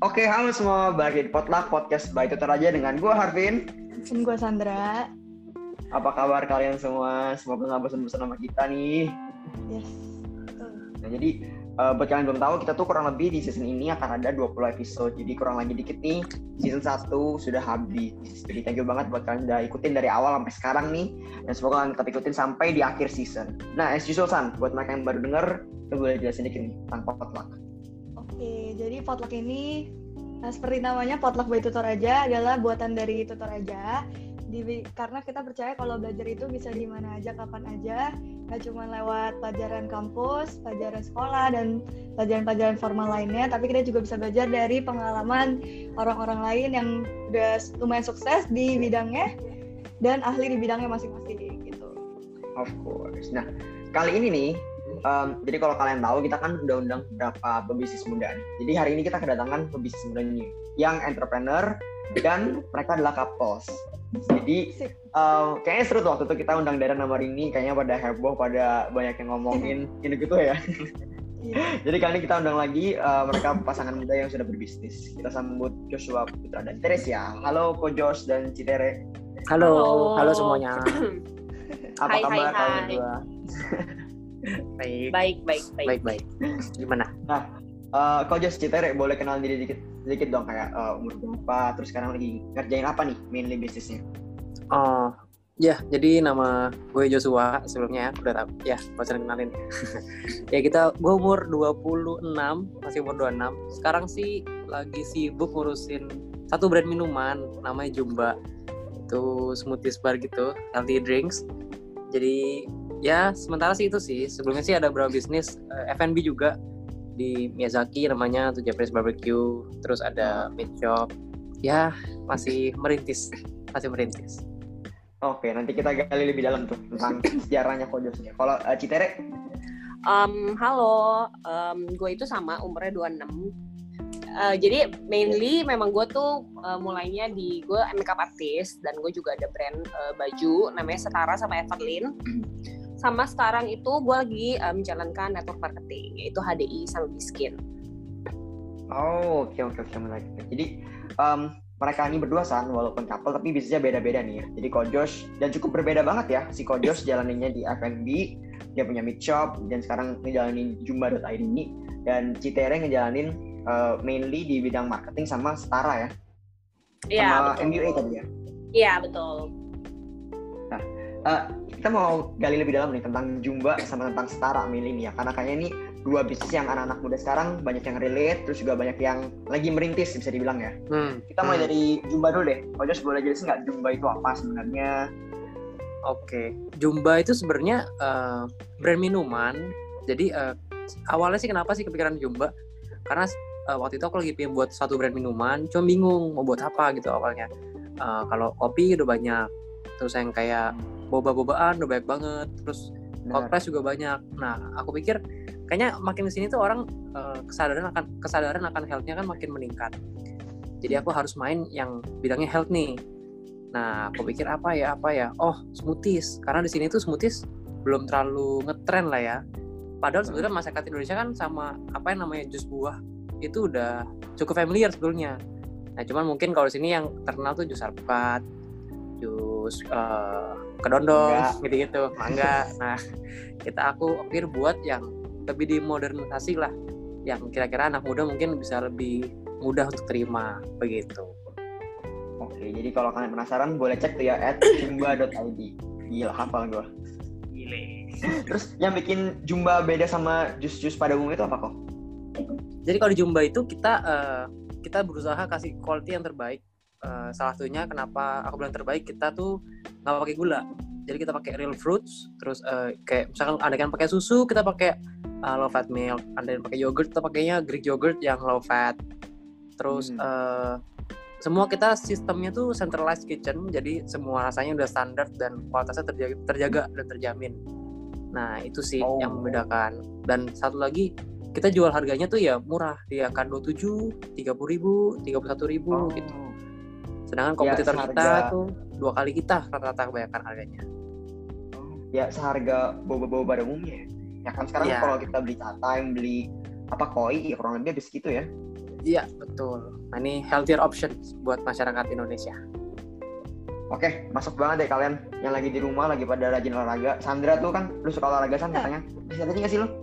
Oke, halo semua, balik di Potluck Podcast by Tutor Aja dengan gue Harvin. Dan gue Sandra. Apa kabar kalian semua? Semoga gak bosan-bosan sama kita nih. Yes. Nah, jadi buat kalian belum tahu, kita tuh kurang lebih di season ini akan ada 20 episode. Jadi kurang lagi dikit nih, season 1 sudah habis. Jadi thank you banget buat kalian udah ikutin dari awal sampai sekarang nih. Dan semoga kalian tetap ikutin sampai di akhir season. Nah, as usual San, buat mereka yang baru denger, lu boleh jelasin dikit nih tentang Potluck. Oke, jadi Potluck ini seperti namanya Potluck by Tutor Aja adalah buatan dari Tutor Aja. Karena kita percaya kalau belajar itu bisa di mana aja, kapan aja, nggak cuma lewat pelajaran kampus, pelajaran sekolah, dan pelajaran-pelajaran formal lainnya, tapi kita juga bisa belajar dari pengalaman orang-orang lain yang udah lumayan sukses di bidangnya dan ahli di bidangnya masing-masing gitu. Of course. Nah, kali ini nih, jadi kalau kalian tahu, kita kan udah undang beberapa pebisnis muda nih. Jadi hari ini kita kedatangan pebisnis muda nih, yang entrepreneur, dan mereka adalah couples. Jadi kayaknya seru tuh waktu itu kita undang Darren sama Rini, kayaknya pada heboh, pada banyak yang ngomongin gitu ya. Jadi kali ini kita undang lagi mereka pasangan muda yang sudah berbisnis. Kita sambut Joshua Putra dan Teresia. Halo Ko Josh dan Citere. Halo semuanya. Apa kabar kalian berdua? Baik. Gimana? Nah, Ko Josh, Citere boleh kenal diri sedikit dong, kayak umur berapa, terus sekarang lagi ngerjain apa nih mainly bisnisnya? Oh, ya, jadi nama gue Joshua sebelumnya udah tahu. Ya, gak usah kenalin. Ya gue umur 26, masih umur 26. Sekarang sih lagi sibuk ngurusin satu brand minuman namanya Jumba. Itu smoothies bar gitu, healthy drinks. Jadi ya sementara sih itu sih. Sebelumnya sih ada beberapa bisnis F&B juga di Miyazaki namanya, tuh Japanese barbecue, terus ada meat shop. Ya masih merintis. Oke, nanti kita gali lebih dalam tuh tentang sejarahnya Kojosnya. Kalau Citere? Halo, gue itu sama umurnya 26. Jadi mainly memang gue tuh mulainya gue makeup artist, dan gue juga ada brand baju namanya Setara sama Everlyn. Sama sekarang itu gue lagi menjalankan network marketing, yaitu HDI sama Biskin. Oh, oke, menarik. Jadi mereka ini berdua walaupun couple tapi bisnisnya beda-beda nih ya. Jadi Ko Josh, dan cukup berbeda banget ya. Si Ko Josh jalaninnya di F&B, dia punya meat shop, dan sekarang ngejalanin Jumba.id ini. Dan Citere ngejalanin mainly di bidang marketing sama Setara ya. Iya, sama betul. MUA tadi ya. Iya, betul. Nah, kita mau gali lebih dalam nih tentang Jumba sama tentang Setara mainly nih ya. Karena kayaknya ini dua bisnis yang anak-anak muda sekarang banyak yang relate, terus juga banyak yang lagi merintis bisa dibilang ya. Kita mulai dari Jumba dulu deh. Ko Josh boleh jelasin nggak Jumba itu apa sebenarnya? Oke, Jumba itu sebenarnya brand minuman. Jadi awalnya sih kenapa sih kepikiran Jumba? Karena waktu itu aku lagi pengen buat satu brand minuman, cuma bingung mau buat apa gitu awalnya. Kalau kopi udah banyak, terus yang kayak boba-bobaan udah banyak banget, terus cold press juga banyak. Nah, aku pikir kayaknya makin kesini tuh orang kesadaran akan health-nya kan makin meningkat. Jadi aku harus main yang bidangnya health nih. Nah, aku pikir apa ya? Oh, smoothies. Karena di sini tuh smoothies belum terlalu ngetren lah ya. Padahal sebenarnya masyarakat Indonesia kan sama apa yang namanya jus buah itu udah cukup familiar sebetulnya. Nah, cuman mungkin kalau di sini yang terkenal tuh jus alpukat, jus kedondong, gitu-gitu, mangga. Nah, aku pikir buat yang lebih dimodernisasi lah, yang kira-kira anak muda mungkin bisa lebih mudah untuk terima begitu. Oke, jadi kalau kalian penasaran boleh cek tuh ya @jumba.id. Gila, hafal gue. Gile. Terus yang bikin Jumba beda sama jus-jus pada umumnya itu apa kok? Jadi kalau di Jumba itu kita berusaha kasih quality yang terbaik. Salah satunya kenapa aku bilang terbaik, kita tuh nggak pakai gula. Jadi kita pakai real fruits. Terus kayak misalkan ada yang pakai susu, kita pakai low fat milk. Ada yang pakai yogurt, kita pakainya Greek yogurt yang low fat. Terus semua kita sistemnya tuh centralized kitchen, jadi semua rasanya udah standar dan kualitasnya terjaga dan terjamin. Nah itu sih yang membedakan. Dan satu lagi, kita jual harganya tuh ya murah, di angka 27, 30.000, 31.000 gitu. Sedangkan kompetitor kita tuh 2 kali kita rata-rata kebanyakan harganya. Ya seharga boba-boba pada umumnya. Ya kan sekarang kalau kita beli Chatime, beli koi, ya kurang lebih habis gitu ya. Iya, betul. Nah, ini healthier option buat masyarakat Indonesia. Oke, masuk banget deh kalian yang lagi di rumah, lagi pada rajin olahraga. Sandra tuh kan, lu suka olahraga San katanya. Masih ada nggak sih lu?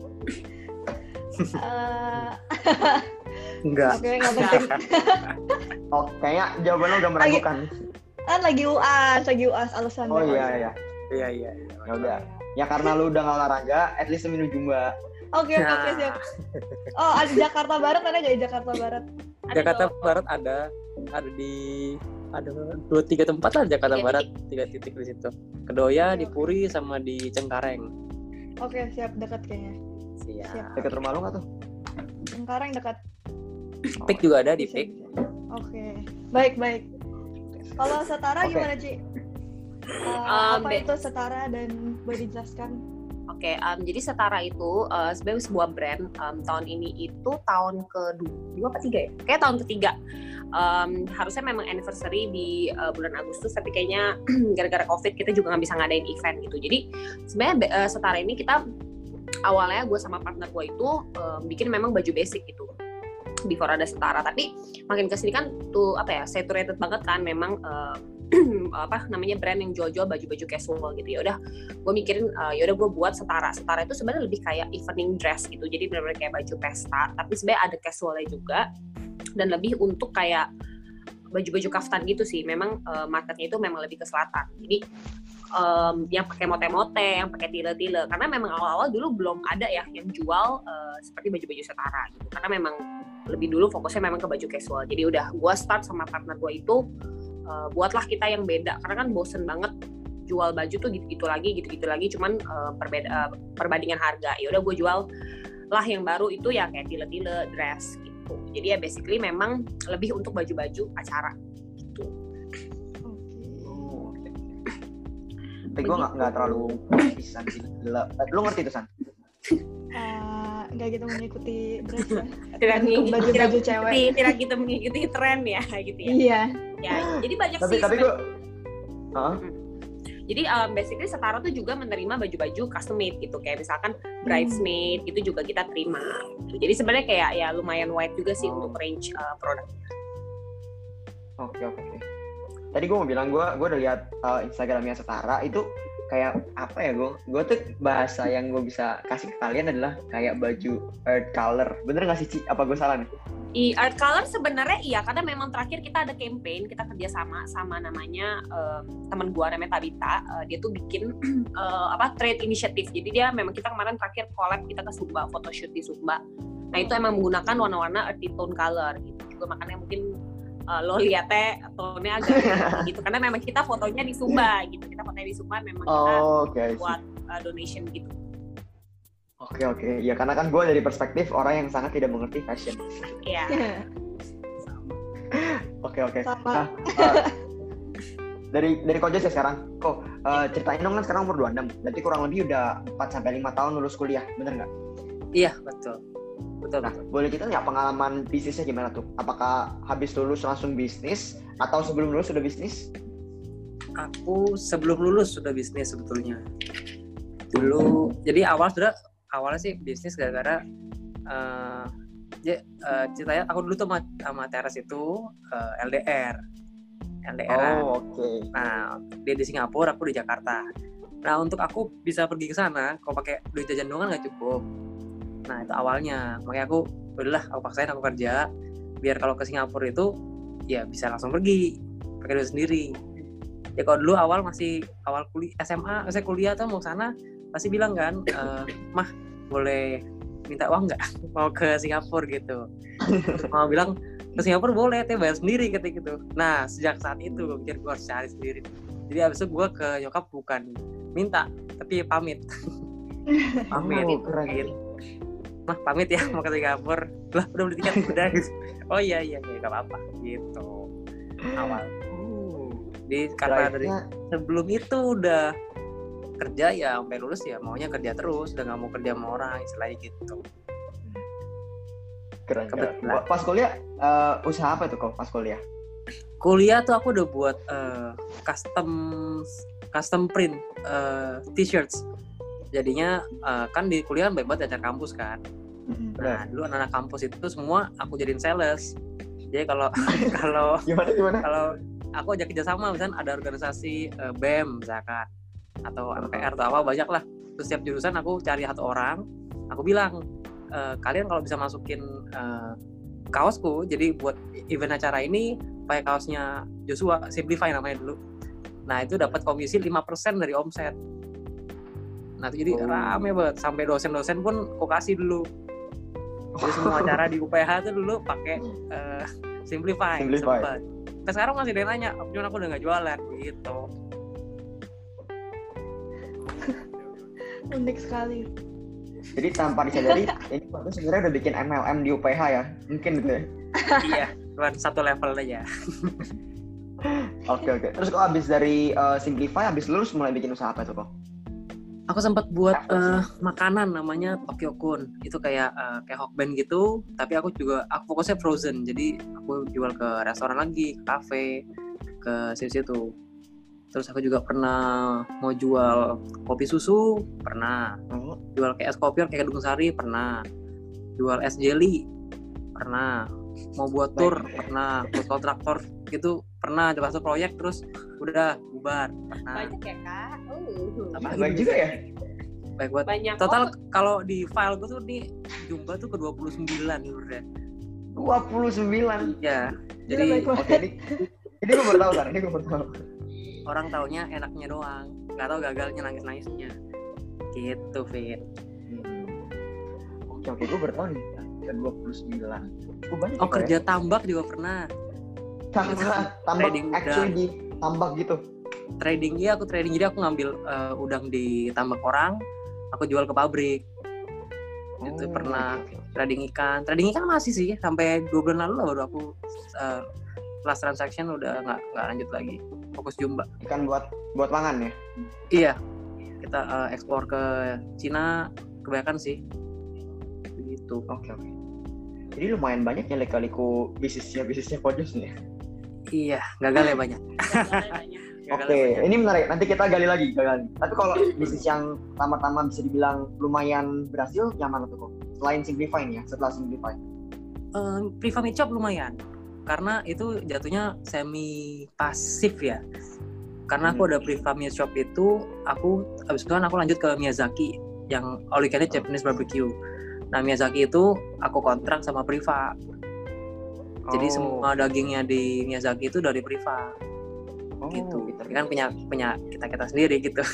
Enggak. Oke, nggak penting. Oh, kayaknya jawaban lu udah meragukan. Kan lagi UAS alasannya. Oh iya. Iya. Ya udah. Ya karena lu udah nggak olahraga, at least lu minum Jumba. Oke, siap. Oh, ada Jakarta Barat, ada nggak di Jakarta Barat? Jakarta Barat ada di 2-3 tempat lah Jakarta Barat, 3 titik di situ. Kedoya, di Puri, sama di Cengkareng. Oke, siap, dekat kayaknya. Siap. Dekat rumah lu nggak tuh? Cengkareng dekat. Pik juga ada di Bisa. Pik. Oke, baik. Kalau Setara Oke. gimana, Ci? Apa itu Setara dan boleh dijelaskan? Oke, jadi Setara itu sebenarnya sebuah brand. Tahun ini itu tahun ke-2 apa 3 ya? Kayak tahun ke-3. Harusnya memang anniversary di bulan Agustus, tapi kayaknya gara-gara COVID kita juga nggak bisa ngadain event gitu. Jadi sebenarnya Setara ini kita awalnya gue sama partner gue itu bikin memang baju basic gitu. Before ada Setara, tapi makin kesini kan tuh saturated banget kan memang brand yang jual-jual baju-baju casual gitu. Ya udah gue mikirin gue buat Setara itu sebenarnya lebih kayak evening dress gitu, jadi benar-benar kayak baju pesta tapi sebenarnya ada casualnya juga dan lebih untuk kayak baju-baju kaftan gitu sih. Memang marketnya itu memang lebih ke selatan, jadi yang pakai mote-mote, yang pakai tile-tile, karena memang awal-awal dulu belum ada ya yang jual seperti baju-baju Setara gitu, karena memang lebih dulu fokusnya memang ke baju casual. Jadi udah gue start sama partner gue itu buatlah kita yang beda, karena kan bosen banget jual baju tuh gitu-gitu lagi cuman perbandingan harga. Ya udah gue jual lah yang baru itu ya kayak tile-tile dress gitu. Jadi ya basically memang lebih untuk baju-baju acara gitu. Tapi gue nggak terlalu bisa sih. Lu ngerti tuh San? Nggak gitu mengikuti dress ya. Tidak baju cewek. Tidak gitu mengikuti tren ya gitu ya. Iya. Ya, jadi banyak Tapi sih. gue Jadi basically Setara tuh juga menerima baju-baju custom made gitu, kayak misalkan bridesmaid itu juga kita terima. Jadi sebenarnya kayak ya lumayan wide juga sih untuk range produk. Oke. Tadi gue mau bilang gue udah lihat Instagramnya Setara itu kayak apa ya, gue tuh bahasa yang gue bisa kasih ke kalian adalah kayak baju earth color. Bener nggak sih Ci? Apa gue salah nih? Art color sebenarnya iya, karena memang terakhir kita ada campaign, kita kerja sama namanya teman gua namanya Tabita. Dia tuh bikin trade initiative. Jadi dia memang, kita kemarin terakhir collab kita ke Sumba, photoshoot di Sumba. Nah itu emang menggunakan warna-warna earthy tone color gitu. Juga makanya mungkin lo lihatnya tone-nya agak gitu, karena memang kita fotonya di Sumba gitu. Kita fotonya di Sumba memang kita buat donation gitu. Oke. Ya karena kan gue dari perspektif orang yang sangat tidak mengerti fashion. Iya. Oke. Sama. Nah, dari Kojas ya sekarang. Ceritain dong, kan sekarang umur 26. Berarti kurang lebih udah 4-5 tahun lulus kuliah, bener nggak? Iya, betul. Nah, boleh kita nggak pengalaman bisnisnya gimana tuh? Apakah habis lulus langsung bisnis atau sebelum lulus sudah bisnis? Aku sebelum lulus sudah bisnis sebetulnya. Dulu, jadi awalnya sih bisnis gara-gara ceritanya aku dulu tuh sama Teras itu LDR. Oke. Nah, dia di Singapura, aku di Jakarta. Nah, untuk aku bisa pergi ke sana, kalau pakai duit jajan doang nggak cukup. Nah, itu awalnya. Makanya aku paksain aku kerja biar kalau ke Singapura itu ya bisa langsung pergi pakai duit sendiri. Ya kalau dulu awal kuliah SMA, saya kuliah tuh mau sana pasti bilang kan, mah boleh minta uang nggak mau ke Singapura gitu. Mau bilang ke Singapura boleh, tapi bayar sendiri ketika gitu. Nah sejak saat itu gue pikir gue harus cari sendiri. Jadi abis itu gue ke nyokap bukan minta tapi pamit. Keren. Mah pamit ya mau ke Singapura. Lah udah beli tiket udah gitu. Oh iya nggak apa-apa gitu awal. Jadi karena dari sebelum itu udah kerja ya sampai lulus ya maunya kerja terus, udah nggak mau kerja sama orang istilahnya gitu. Keren. Pas kuliah usaha apa tuh kok pas kuliah? Kuliah tuh aku udah buat custom print t-shirts. Jadinya kan di kuliah kan banyak banget acara kampus kan. Nah, dulu anak-anak kampus itu semua aku jadiin sales. Jadi kalau Gimana? kalau aku ajak kerjasama, misalkan ada organisasi BEM misalkan, atau MPR atau apa, banyak lah. Terus setiap jurusan aku cari satu orang, aku bilang, kalian kalau bisa masukin kaosku, jadi buat event acara ini pakai kaosnya Joshua, Simplify namanya dulu. Nah itu dapat komisi 5% dari omset. Nah itu jadi rame banget, sampai dosen-dosen pun aku kasih dulu. Jadi semua acara di UPH itu dulu pakai Simplify. Sampai sekarang masih ada yang nanya, cuman aku udah nggak jualan gitu. Unik sekali. Jadi tanpa disadari, ini aku sebenarnya udah bikin MLM di UPH ya, mungkin gitu ya? Iya, cuma satu level aja. Oke. Terus kok abis dari Simplify, abis lulus mulai bikin usaha apa tuh kok? Aku sempat buat makanan namanya Tokyo-kun. Itu kayak hokben gitu, tapi aku fokusnya frozen. Jadi aku jual ke restoran lagi, ke kafe, ke situ. Terus aku juga pernah mau jual kopi susu, pernah. Jual kayak es kopi kayak Kedung Sari, pernah. Jual es jelly, pernah. Mau buat tour, pernah. Buat kontraktor gitu, pernah. Coba satu proyek terus udah bubar, pernah. Banyak ya kak. Baik juga ya. Baik buat. Banyak. Total kalau di file gue tuh nih jumlah tuh ke 29 udah. 29. Ya. Jadi Jadi Oke, ini gue baru tahu kan, orang taunya enaknya doang, nggak tahu gagalnya, nangis-nangisnya. Gitu, Fit. Oke, gue baru tahu nih. Ke 29. Gue banyak. Oh, kerja tambak juga pernah. Tambak Trading actually di tambak gitu. Trading, iya aku trading. Jadi aku ngambil udang di tambak orang, aku jual ke pabrik. Itu pernah. Trading ikan masih sih, sampai 2 bulan lalu lah baru aku last transaction udah nggak lanjut lagi, fokus jumba. Ikan buat mangan ya? Iya, kita ekspor ke Cina kebanyakan sih begitu. Oke. Jadi lumayan banyak ya lika-liku bisnisnya Pojos nih. Iya, gagal ya banyak. Oke, ini menarik. Nanti kita gali lagi. Tapi kalau bisnis yang pertama-tama bisa dibilang lumayan berhasil, yang mana tuh kok? Selain Simplify nih ya, setelah Simplify. Priva Meat Shop lumayan, karena itu jatuhnya semi pasif ya. Karena aku ada Priva Meat Shop itu, habis itu kan aku lanjut ke Miyazaki yang all you can eat Japanese barbecue. Nah Miyazaki itu aku kontrak sama Priva. Jadi semua dagingnya di Miyazaki itu dari Priva. Gitu. Kan punya kita sendiri gitu.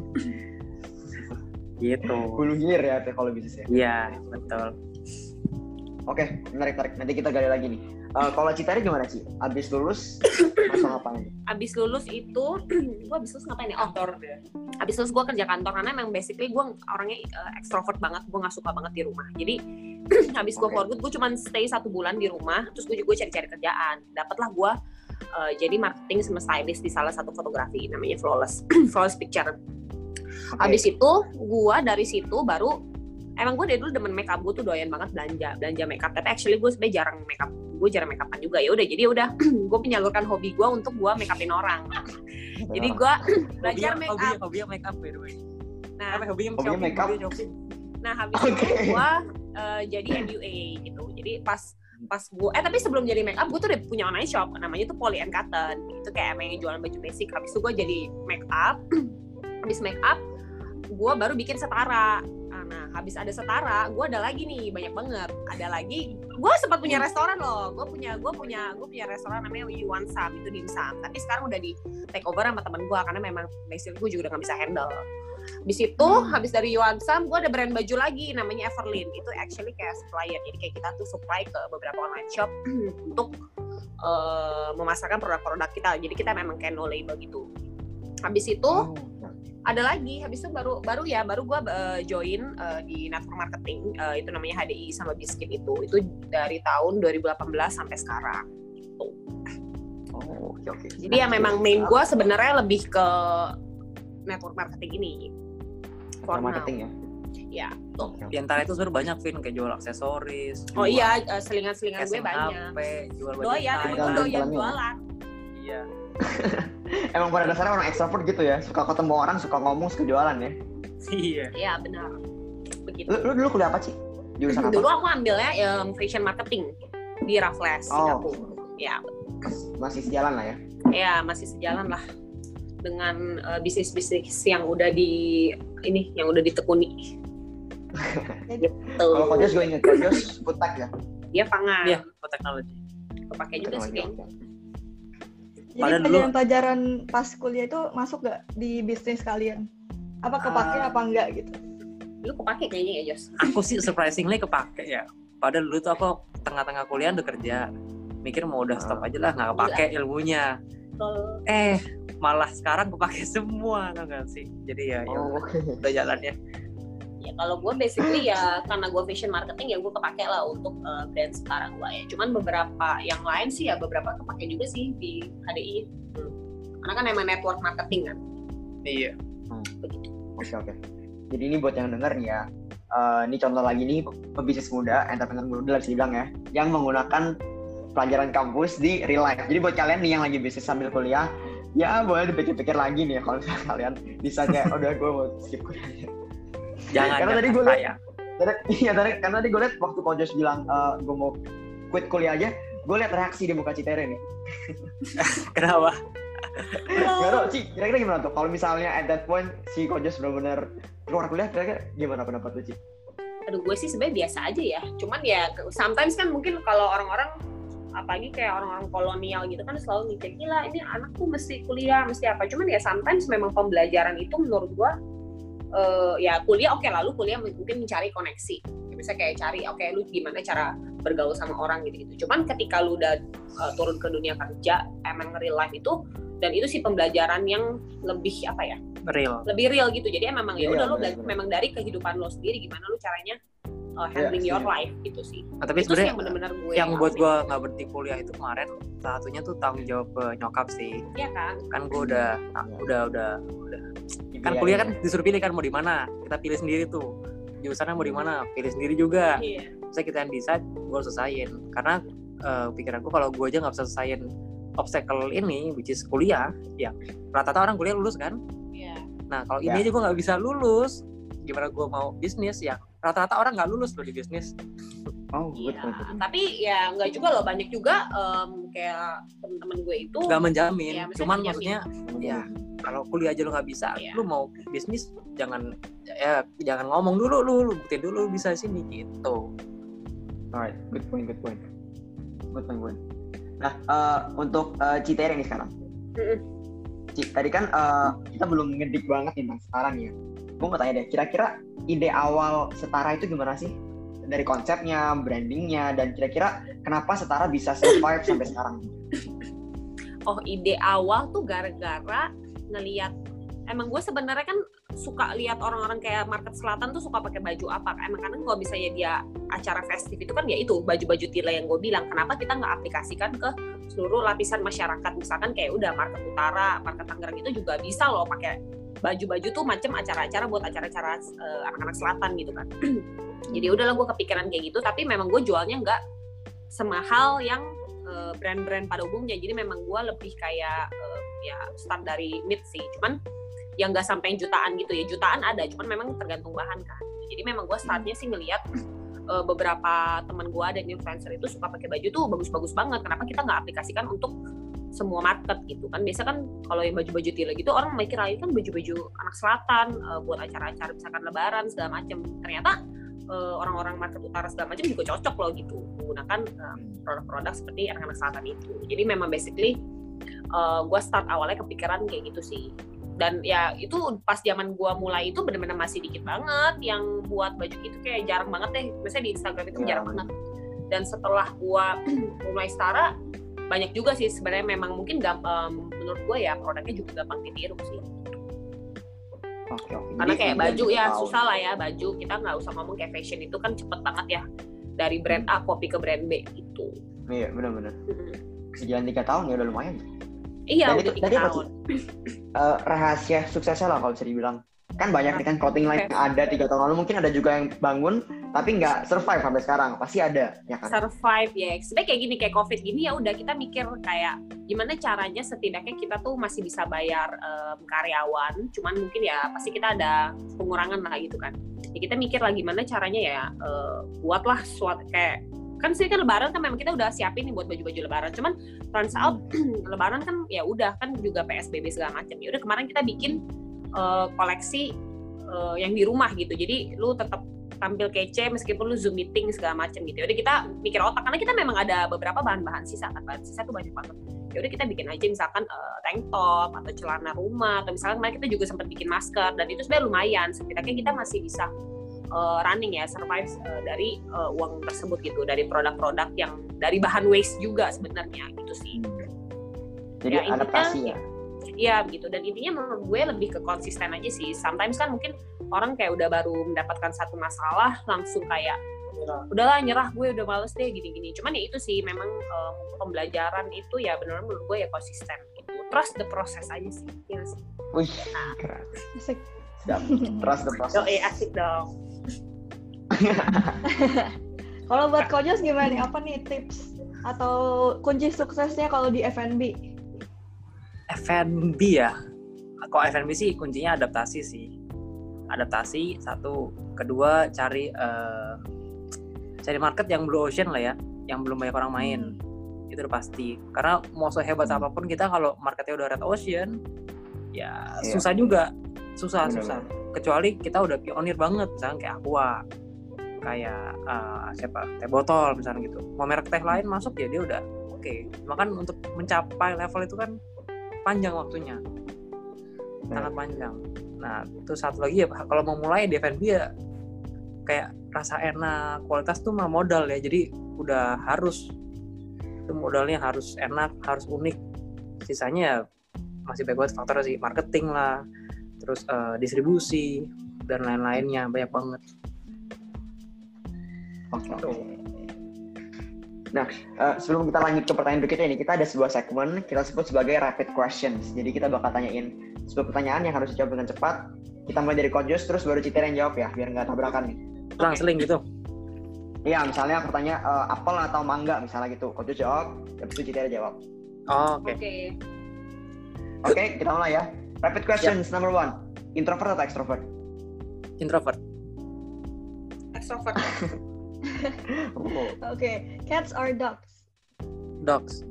Gitu. Hulu hilir ya kalau bisnisnya. Iya, betul. Oke, menarik. Nanti kita gali lagi nih. Kalau Citari gimana sih? Abis lulus langsung ngapain? Abis lulus itu, gue abis lulus ngapain ya? Abis lulus gue kerja kantor, karena emang basically gue orangnya extrovert banget, gue nggak suka banget di rumah. Jadi abis gue for good, gue cuma stay 1 bulan di rumah, terus gue cari-cari kerjaan. Dapatlah gue jadi marketing sama stylist di salah satu fotografi namanya Flawless Picture. Abis itu gue dari situ baru, emang gue dari dulu demen makeup, gue tuh doyan banget belanja makeup. Tapi actually gue sebenarnya jarang makeupan juga. Ya udah, jadi udah gue menyalurkan hobi gue untuk gue makeupin orang. Jadi gue belajar makeup. Hobinya makeup by the way. Nah, hobinya makeup. Nah habis itu gue jadi MUA gitu. Jadi pas gue tapi sebelum jadi makeup gue tuh udah punya online shop namanya tuh Polly and Cotton. Itu kayak emang jualan baju basic. Habis itu gue jadi makeup. Habis makeup gue baru bikin Setara. Nah, habis ada Setara, gue ada lagi nih, banyak banget. Ada lagi, gue sempat punya restoran loh. Gue punya restoran namanya Yuan Sam, itu dimsum. Tapi sekarang udah di take over sama temen gue, karena memang basically gue juga udah gak bisa handle. Habis itu, habis dari Yuan Sam, gue ada brand baju lagi, namanya Everlyn. Itu actually kayak supplier, jadi kayak kita tuh supply ke beberapa online shop untuk memasarkan produk-produk kita. Jadi kita memang kayak no label gitu. Habis itu ada lagi, habis itu baru gue join di network marketing, itu namanya HDI sama Biskin itu dari tahun 2018 sampai sekarang. Oke. Jadi ya memang main gue sebenarnya lebih ke network marketing ini. Marketing ya. Ya. Di antara itu sebenarnya banyak Vin, kayak jual aksesoris. Oh iya, selingan gue banyak. Jual baju doyan jualan. Iya. Emang pada dasarnya orang extrovert gitu ya, suka ketemu orang, suka ngomong, suka jualan ya. Iya. Iya benar. Begitu. Lu dulu kuliah apa sih? Jurusan apa? Dulu aku ambilnya fashion marketing di Raffles Singapura. Ya. Masih sejalan lah ya. Ya, masih sejalan lah dengan bisnis-bisnis yang udah ditekuni. Gitu. Kalau Kojos gue inget Kojos food tech ya. Dia pangan. Iya, teknologi. Kepake juga sih kayaknya. Jadi Padahal dulu- pelajaran pas kuliah itu masuk gak di bisnis kalian? Apa kepake apa enggak gitu? Lu kepake kayaknya ya, Jos. Aku sih surprisingly kepake ya. Padahal dulu tuh aku tengah-tengah kuliah udah kerja. Mikir mau udah stop aja lah, nggak kepake ilmunya. Malah sekarang kepake semua, tau gak sih? Jadi ya udah jalannya. Ya kalau gue basically ya karena gue fashion marketing ya gue kepake lah untuk brand sekarang gue ya. Cuman beberapa yang lain sih ya beberapa kepake juga sih di HDI. Karena kan emang network marketing kan. Iya. Begitu. Oke. Jadi ini buat yang denger nih ya. Ini contoh lagi nih pebisnis muda, entrepreneur muda bisa dibilang ya, yang menggunakan pelajaran kampus di real life. Jadi buat kalian nih yang lagi bisnis sambil kuliah, ya boleh dipikir-pikir lagi nih ya kalau misalnya kalian bisa kayak udah gue mau skip kuliahnya. Jangan. Karena tadi gue lihat, karena tadi gue lihat waktu Kojos bilang gue mau quit kuliah aja, gue lihat reaksi di muka Citere nih. Kenapa? Gak tau, Ci, kira-kira gimana tuh? Kalau misalnya at that point si Kojos benar-benar keluar kuliah, kira-kira gimana pendapat lu, Ci? Aduh gue sih sebenarnya biasa aja ya. Cuman ya sometimes kan mungkin kalau orang-orang apalagi kayak orang-orang kolonial gitu kan selalu mikir gila ini anakku mesti kuliah, mesti apa. Cuman ya sometimes memang pembelajaran itu menurut gue ya kuliah oke, lalu kuliah mungkin mencari koneksi. Bisa kayak cari lu gimana cara bergaul sama orang gitu. Cuman ketika lu udah turun ke dunia kerja, emang real life itu dan itu sih pembelajaran yang lebih apa ya? Lebih real gitu. Jadi memang ya udah lu memang dari kehidupan lo sendiri gimana lu caranya handling your life gitu sih. Nah, tapi itu sih sebenarnya yang benar-benar gue yang buat gue nggak berhenti kuliah itu kemarin satunya tuh tanggung jawab ke nyokap sih. Iya kan? Kan gue udah kan kuliah kan disuruh pilih kan mau di mana, kita pilih sendiri tuh jurusannya mau di mana, pilih sendiri juga. Iya. Saya kita yang decide, gue harus selesaiin karena pikiranku kalau gue aja nggak bisa selesaiin obstacle ini which is kuliah, ya rata-rata orang kuliah lulus kan. Iya. Nah kalau ini aja gue nggak bisa lulus, gimana gue mau bisnis ya? Rata-rata orang nggak lulus loh di bisnis. Iya, tapi ya nggak juga loh, banyak juga kayak teman-teman gue itu nggak menjamin, ya, cuman maksudnya ya kalau kuliah aja lo nggak bisa, lu mau bisnis jangan ngomong dulu, lu buktiin dulu bisa sini gitu. Alright, good point. Nah, untuk Citere nih sekarang. Tadi kan kita belum ngedik banget nih tentang Setara nih ya. Gue mau tanya deh, kira-kira ide awal Setara itu gimana sih? Dari konsepnya, brandingnya, dan kira-kira kenapa Setara bisa survive sampai sekarang? Oh, ide awal tuh gara-gara ngelihat, emang gue sebenarnya kan suka lihat orang-orang kayak market selatan tuh suka pakai baju apa. Emang kadang kalau misalnya dia acara festif itu kan ya itu baju-baju tila yang gue bilang. Kenapa kita nggak aplikasikan ke seluruh lapisan masyarakat? Misalkan kayak udah market utara, market Tangerang itu juga bisa loh pakai baju-baju tuh macam acara-acara buat acara-acara anak-anak selatan gitu kan. Jadi udahlah gue kepikiran kayak gitu, tapi memang gue jualnya nggak semahal yang brand-brand pada umumnya. Jadi memang gue lebih kayak ya start dari mid sih, cuman yang nggak sampai jutaan gitu ya. Jutaan ada, cuman memang tergantung bahan kan. Jadi memang gue startnya sih ngelihat beberapa teman gue dan influencer itu suka pakai baju tuh bagus-bagus banget. Kenapa kita nggak aplikasikan untuk semua market gitu kan? Biasa kan kalau yang baju-baju tila gitu orang mikir itu kan baju-baju anak selatan buat acara-acara misalkan lebaran segala macam. Ternyata orang-orang market utara segala macam juga cocok loh gitu menggunakan produk-produk seperti anak-anak selatan itu. Jadi memang basically gue start awalnya kepikiran kayak gitu sih. Dan ya itu pas zaman gue mulai itu benar-benar masih dikit banget yang buat baju gitu, kayak jarang banget deh. Biasanya di Instagram itu jarang banget. Dan setelah gue mulai Setara banyak juga sih sebenarnya, memang mungkin menurut gue ya produknya juga gampang ditiru sih. Oke. Karena kayak baju ya susah lah ya, baju kita nggak usah ngomong kayak fashion itu kan cepet banget ya dari brand A copy ke brand B gitu. Iya benar-benar. Sejalan 3 tahun ya udah lumayan. Iya udah 3 tahun. Rahasia suksesnya lah kalau bisa dibilang. Kan banyak nih kan clothing line yang ada 3 tahun lalu, mungkin ada juga yang bangun tapi nggak survive sampai sekarang, pasti ada ya kan. Survive ya, sebenarnya kayak gini, kayak COVID gini ya udah kita mikir kayak gimana caranya setidaknya kita tuh masih bisa bayar karyawan, cuman mungkin ya pasti kita ada pengurangan lah gitu kan. Ya kita mikir lah gimana caranya ya buatlah suatu kayak kan sih kan lebaran kan memang kita udah siapin nih buat baju-baju lebaran, cuman turns out lebaran kan ya udah kan juga PSBB segala macam. Ya udah kemarin kita bikin koleksi yang di rumah gitu, jadi lu tetap tampil kece meskipun lu Zoom meeting segala macam gitu. Udah kita mikir otak karena kita memang ada beberapa bahan-bahan sisa kan, bahan sisa tuh banyak banget. Ya udah kita bikin aja misalkan tank top atau celana rumah, atau misalkan kemarin kita juga sempat bikin masker, dan itu sebenarnya lumayan, setidaknya kita masih bisa running ya, survive dari uang tersebut gitu, dari produk-produk yang dari bahan waste juga sebenarnya gitu sih. Jadi ya, adaptasi ya. Iya gitu, dan intinya menurut gue lebih ke konsisten aja sih. Sometimes kan mungkin orang kayak udah baru mendapatkan satu masalah langsung kayak udahlah nyerah, gue udah males deh gini-gini. Cuman ya itu sih memang pembelajaran itu ya benar-benar menurut gue ya konsisten gitu. Trust the process aja sih. Ya sih. Wih, keren. Asik. Trust the process. Asik dong. Kalau buat Kojos gimana nih? Apa nih tips atau kunci suksesnya kalau di F&B? F&B ya. Kalau F&B sih kuncinya adaptasi sih. Adaptasi satu, kedua cari market yang blue ocean lah ya, yang belum banyak orang main. Itu udah pasti. Karena mau sehebat apapun kita kalau marketnya udah red ocean, ya susah juga. Susah. Kecuali kita udah pionir banget, misalnya kayak Aqua, kayak teh botol misalnya gitu. Mau merek teh lain masuk ya dia udah oke. Makan untuk mencapai level itu kan panjang waktunya, sangat panjang. Nah itu satu lagi ya, kalau mau mulai di F&B ya kayak rasa enak, kualitas tuh mah modal ya, jadi udah harus itu modalnya harus enak, harus unik. Sisanya ya masih banyak faktor sih, marketing lah, terus distribusi dan lain-lainnya banyak banget. Oke. Nah, sebelum kita lanjut ke pertanyaan berikutnya ini, kita ada sebuah segmen kita sebut sebagai rapid questions. Jadi kita bakal tanyain sebuah pertanyaan yang harus dijawab dengan cepat. Kita mulai dari Kojos, terus baru Citer yang jawab ya, biar nggak tabrakan nih. Seling gitu? Iya, misalnya aku tanya apel atau mangga misalnya gitu. Kojos jawab, habis itu Citer jawab. Oh, oke. Oke, kita mulai ya. Rapid questions number 1. Introvert atau extrovert? Introvert. Extrovert. Oke, cats or dogs? Dogs.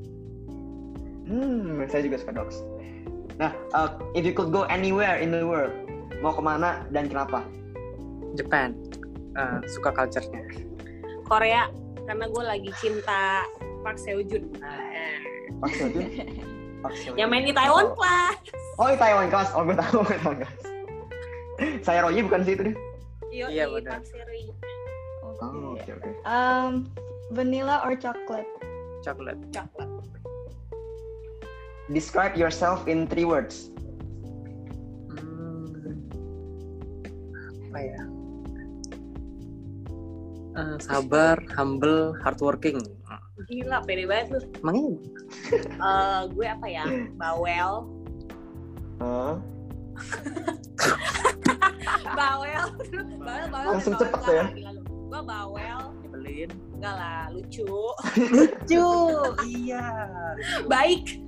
Saya juga suka dogs. Nah, if you could go anywhere in the world, mau kemana dan kenapa? Japan. Suka culture-nya. Korea, karena gue lagi cinta Park Seo-joon. Park Seo-joon? Yang main di Taiwan Class. Oh, di Taiwan Class. Oh, gue tahu Taiwan Class. Saya Roy bukan sih itu deh. Iya, benar. Oh, oke. Vanilla or chocolate? Chocolate. Describe yourself in 3 words. Apa ya? Sabar, humble, hardworking. Gila, pede banget lu. Emangnya? Gue apa ya? Bawel. Bawel. Langsung cepet ya. Gue bawel. Nyebelin. Enggak lah, lucu. Lucu. Iya. Baik.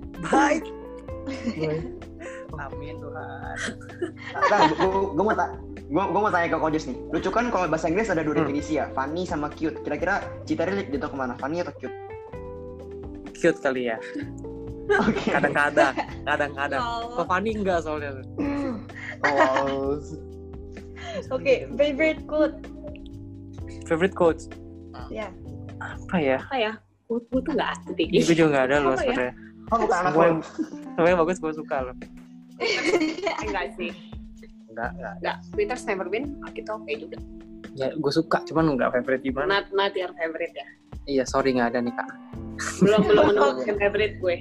Amin Tuhan. Nah, gue mau tanya ke Kojos nih. Lucu kan kalau bahasa Inggris ada 2 definisi ya, funny sama cute. Kira-kira Citari jatuh kemana? Funny atau cute? Cute kali ya. Oke. Kadang-kadang. Kok funny enggak soalnya. Oh. Oke, favorite quote? Favorite quotes? Ya. Apa ya? Gue tuh nggak ada deh. Gue juga nggak ada loh sebenarnya. Oh, bukan anak Semua yang bagus gue suka loh. Enggak sih. Enggak. Twitter's never been gitu oke juga. Ya gue suka, cuman nggak favorite gimana? Not your favorite ya. Iya, sorry nggak ada nih kak. Belum menemukan favorite gue.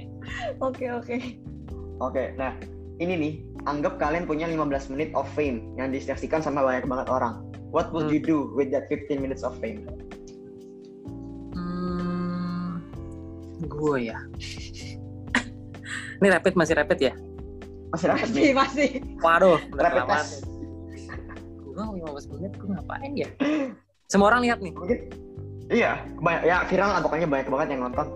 Oke. Nah, ini nih, anggap kalian punya 15 menit of fame yang disaksikan sama banyak banget orang. What would you do with that 15 minutes of fame? Gue ya. Ini masih rapid ya? Masih. Waduh, rapid test. Gue 15 menit gue ngapain ya? Semua orang lihat nih. Mungkin iya, banyak ya viral lah pokoknya banyak banget yang nonton.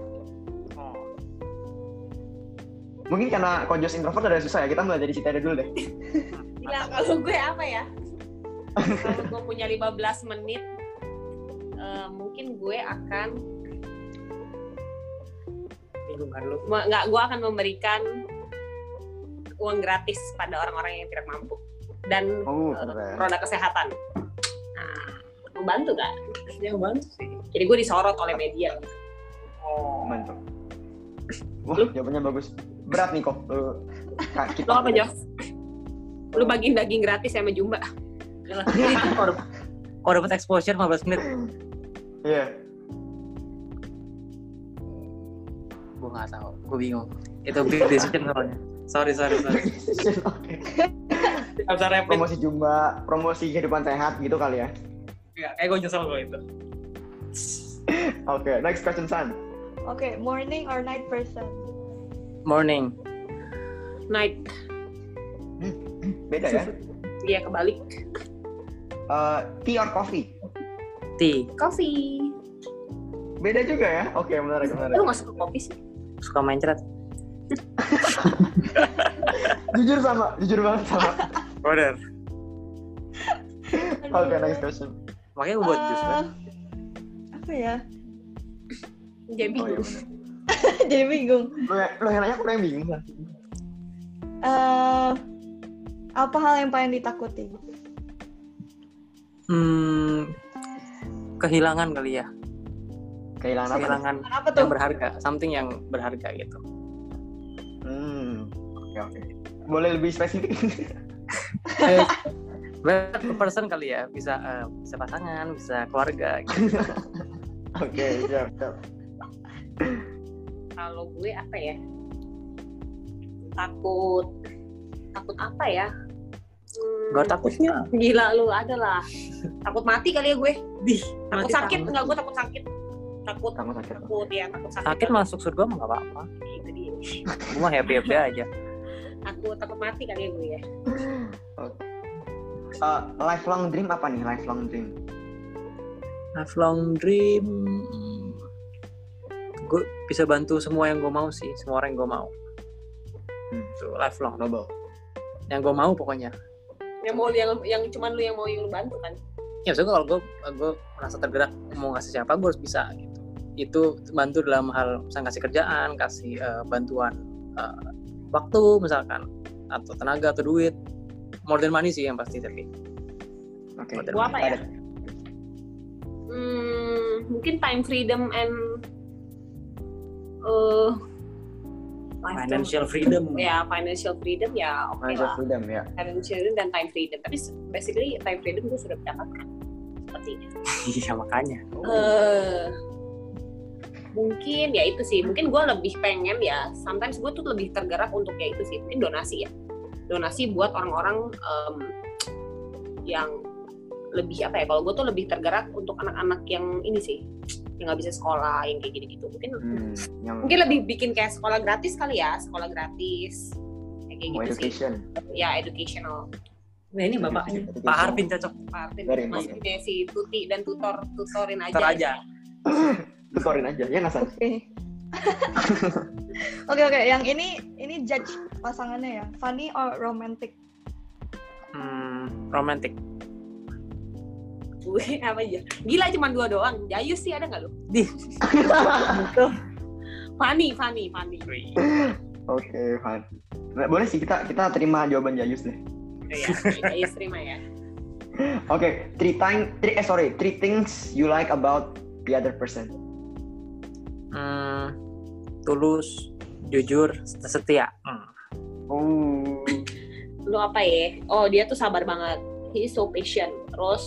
Mungkin karena Kojos introvert ada susah ya, kita mulai dari Cita dulu deh. Gila, kalau gue apa ya? Kalau gue punya 15 menit, mungkin gue akan Bingung kan lu? gue akan memberikan uang gratis pada orang-orang yang tidak mampu dan Keren. produk kesehatan. Nah, membantu kan? Ya banget sih. Jadi gue disorot oleh media. Mantap. Wah, jawabannya bagus. Berat nih kok. Lo apa, Jos? Lu bagiin daging gratis sama Jumba. Kalau dapat exposure 15 menit. Iya. Gue nggak tahu, gue bingung. Itu big decision soalnya. Sorry. Oke. Promosi Jumba, promosi kehidupan sehat gitu kali ya. Ya, kayak gue nyesel kalau itu. Oke, next question San. Oke, morning or night person? Morning. Night. Beda ya. Dia kebalik. Tea or coffee? Tea. Coffee. Beda juga ya. Oke, menarik. Lu nggak suka kopi sih? Suka main ceret. Jujur banget sama. Bener. Oke, next question. Makanya gue buat jus kan. Apa ya? Jadi Oh iya benar. Jadi bingung. Lo yang nanya, aku yang bingung kan. Apa hal yang paling ditakuti? Kehilangan kali ya. Kehilangan apa? Kehilangan Apa yang tuh? berharga, something yang berharga gitu. Oke. Boleh lebih spesifik? Better person kali ya, bisa pasangan, bisa keluarga gitu. Oke, siap. kalau gue apa ya? Takut apa ya? Gak takutnya. Gila lu, ada lah. Takut mati kali ya gue. Takut Mati sakit, takut. enggak, gue takut sakit. Takut Kamu sakit. takut sakit. Sakit masuk surga mah gak apa-apa. Itu dia. Gue mah happy aja. Aku takut mati kali ya gue ya. Lifelong dream apa nih? Lifelong dream. Lifelong dream, gue bisa bantu semua yang gue mau sih, semua orang yang gue mau. Itu lifelong. Noble. Yang gue mau pokoknya. Yang mau yang cuman lu yang mau yang lu bantu kan. Ya maksudnya kalau gue merasa tergerak mau ngasih siapa, gue harus bisa gitu. Itu bantu dalam hal misalnya kasih kerjaan, kasih bantuan waktu misalkan, atau tenaga atau duit. More than money sih yang pasti tapi. Oke. Gua apa ya? Mungkin time freedom and Financial freedom. Ya, financial freedom ya oke Financial lah. freedom ya. Financial freedom dan time freedom. Tapi basically time freedom gue sudah mendapatkan. Sepertinya. Iya makanya. Mungkin ya itu sih. Mungkin gue lebih pengen ya. Sometimes gue tuh lebih tergerak untuk ya itu sih. Mungkin donasi ya. Donasi buat orang-orang yang lebih apa ya? Kalau gue tuh lebih tergerak untuk anak-anak yang ini sih, yang nggak bisa sekolah, yang kayak gitu-gitu. Mungkin lebih bikin kayak sekolah gratis kali ya, sekolah gratis kayak gitu education. sih. Ya educational. Nah ini bapaknya Pak Harvin cocok. Pak Artin, Very maksudnya si Tuti dan tutorin aja. Tutor aja. Tutorin aja ya nggak San? Oke. Yang ini judge pasangannya ya. Funny or romantic? Romantic. Gue apa aja? Gila cuma 2 doang. Jayus sih ada nggak lu? Gitu. Funny. Oke, fine. Nah, boleh sih kita terima jawaban Jayus deh. Ya, Jayus terima ya. Oke, three things you like about the other person. Tulus, jujur, setia. Lu apa ya? Oh dia tuh sabar banget. He is so patient. Terus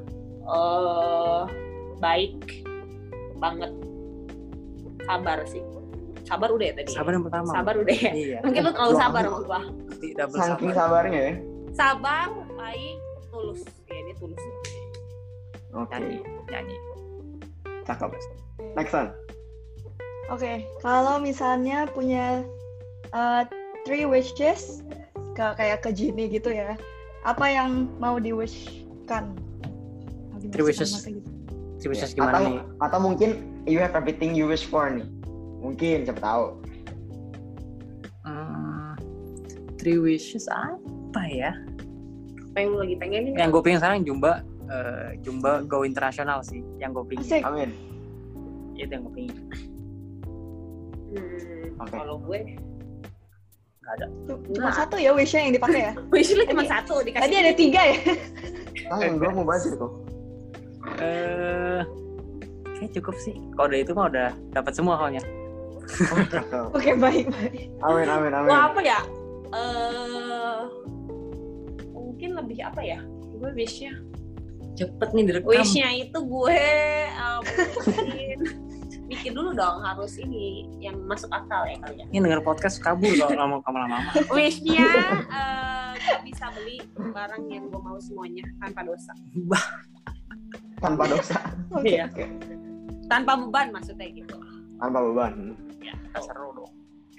baik banget. Sabar sih. Sabar udah ya tadi. Sabar yang pertama. Sabar udah ya. Iya. Mungkin lu terlalu sabar sama gua. Saking sabarnya ya. Sabar, baik, tulus. Ya dia tulus. Oke, Nyanyi. cakep. Next one. Oke, kalau misalnya punya 3 wishes kayak ke Genie gitu ya, apa yang mau di-wish-kan? 3 wishes. Three wishes gimana nih? Atau mungkin you have everything you wish for nih. Mungkin, siapa tahu. Three wishes apa ya? Apa yang lu lagi pengen? Yang gue pengen sekarang Jumba go internasional sih. Yang gue pengen. Asik. Amin. Itu yang gue pengen. Oke. Kalau gue Gak ada. Cuma satu ya wishnya yang dipakai ya. wish lu cuma Tadi- satu dikasih. Tadi ada 3 ya. Yang gue mau bahas itu. Kayak cukup sih. Kalau udah itu mah udah dapat semua soalnya. Oke, baik. Amin. Wah, apa ya? Mungkin lebih apa ya? Gue wishnya. Cepet nih direkam. Wishnya itu gue mungkin bikin dulu dong, harus ini yang masuk akal ya kali ya. Ini denger podcast kabur kalau lama-lama. Wishnya gue bisa beli barang yang gue mau semuanya tanpa dosa. Tanpa dosa. Iya. Oke. Tanpa beban maksudnya gitu. Tanpa beban. Ya, Seru dong.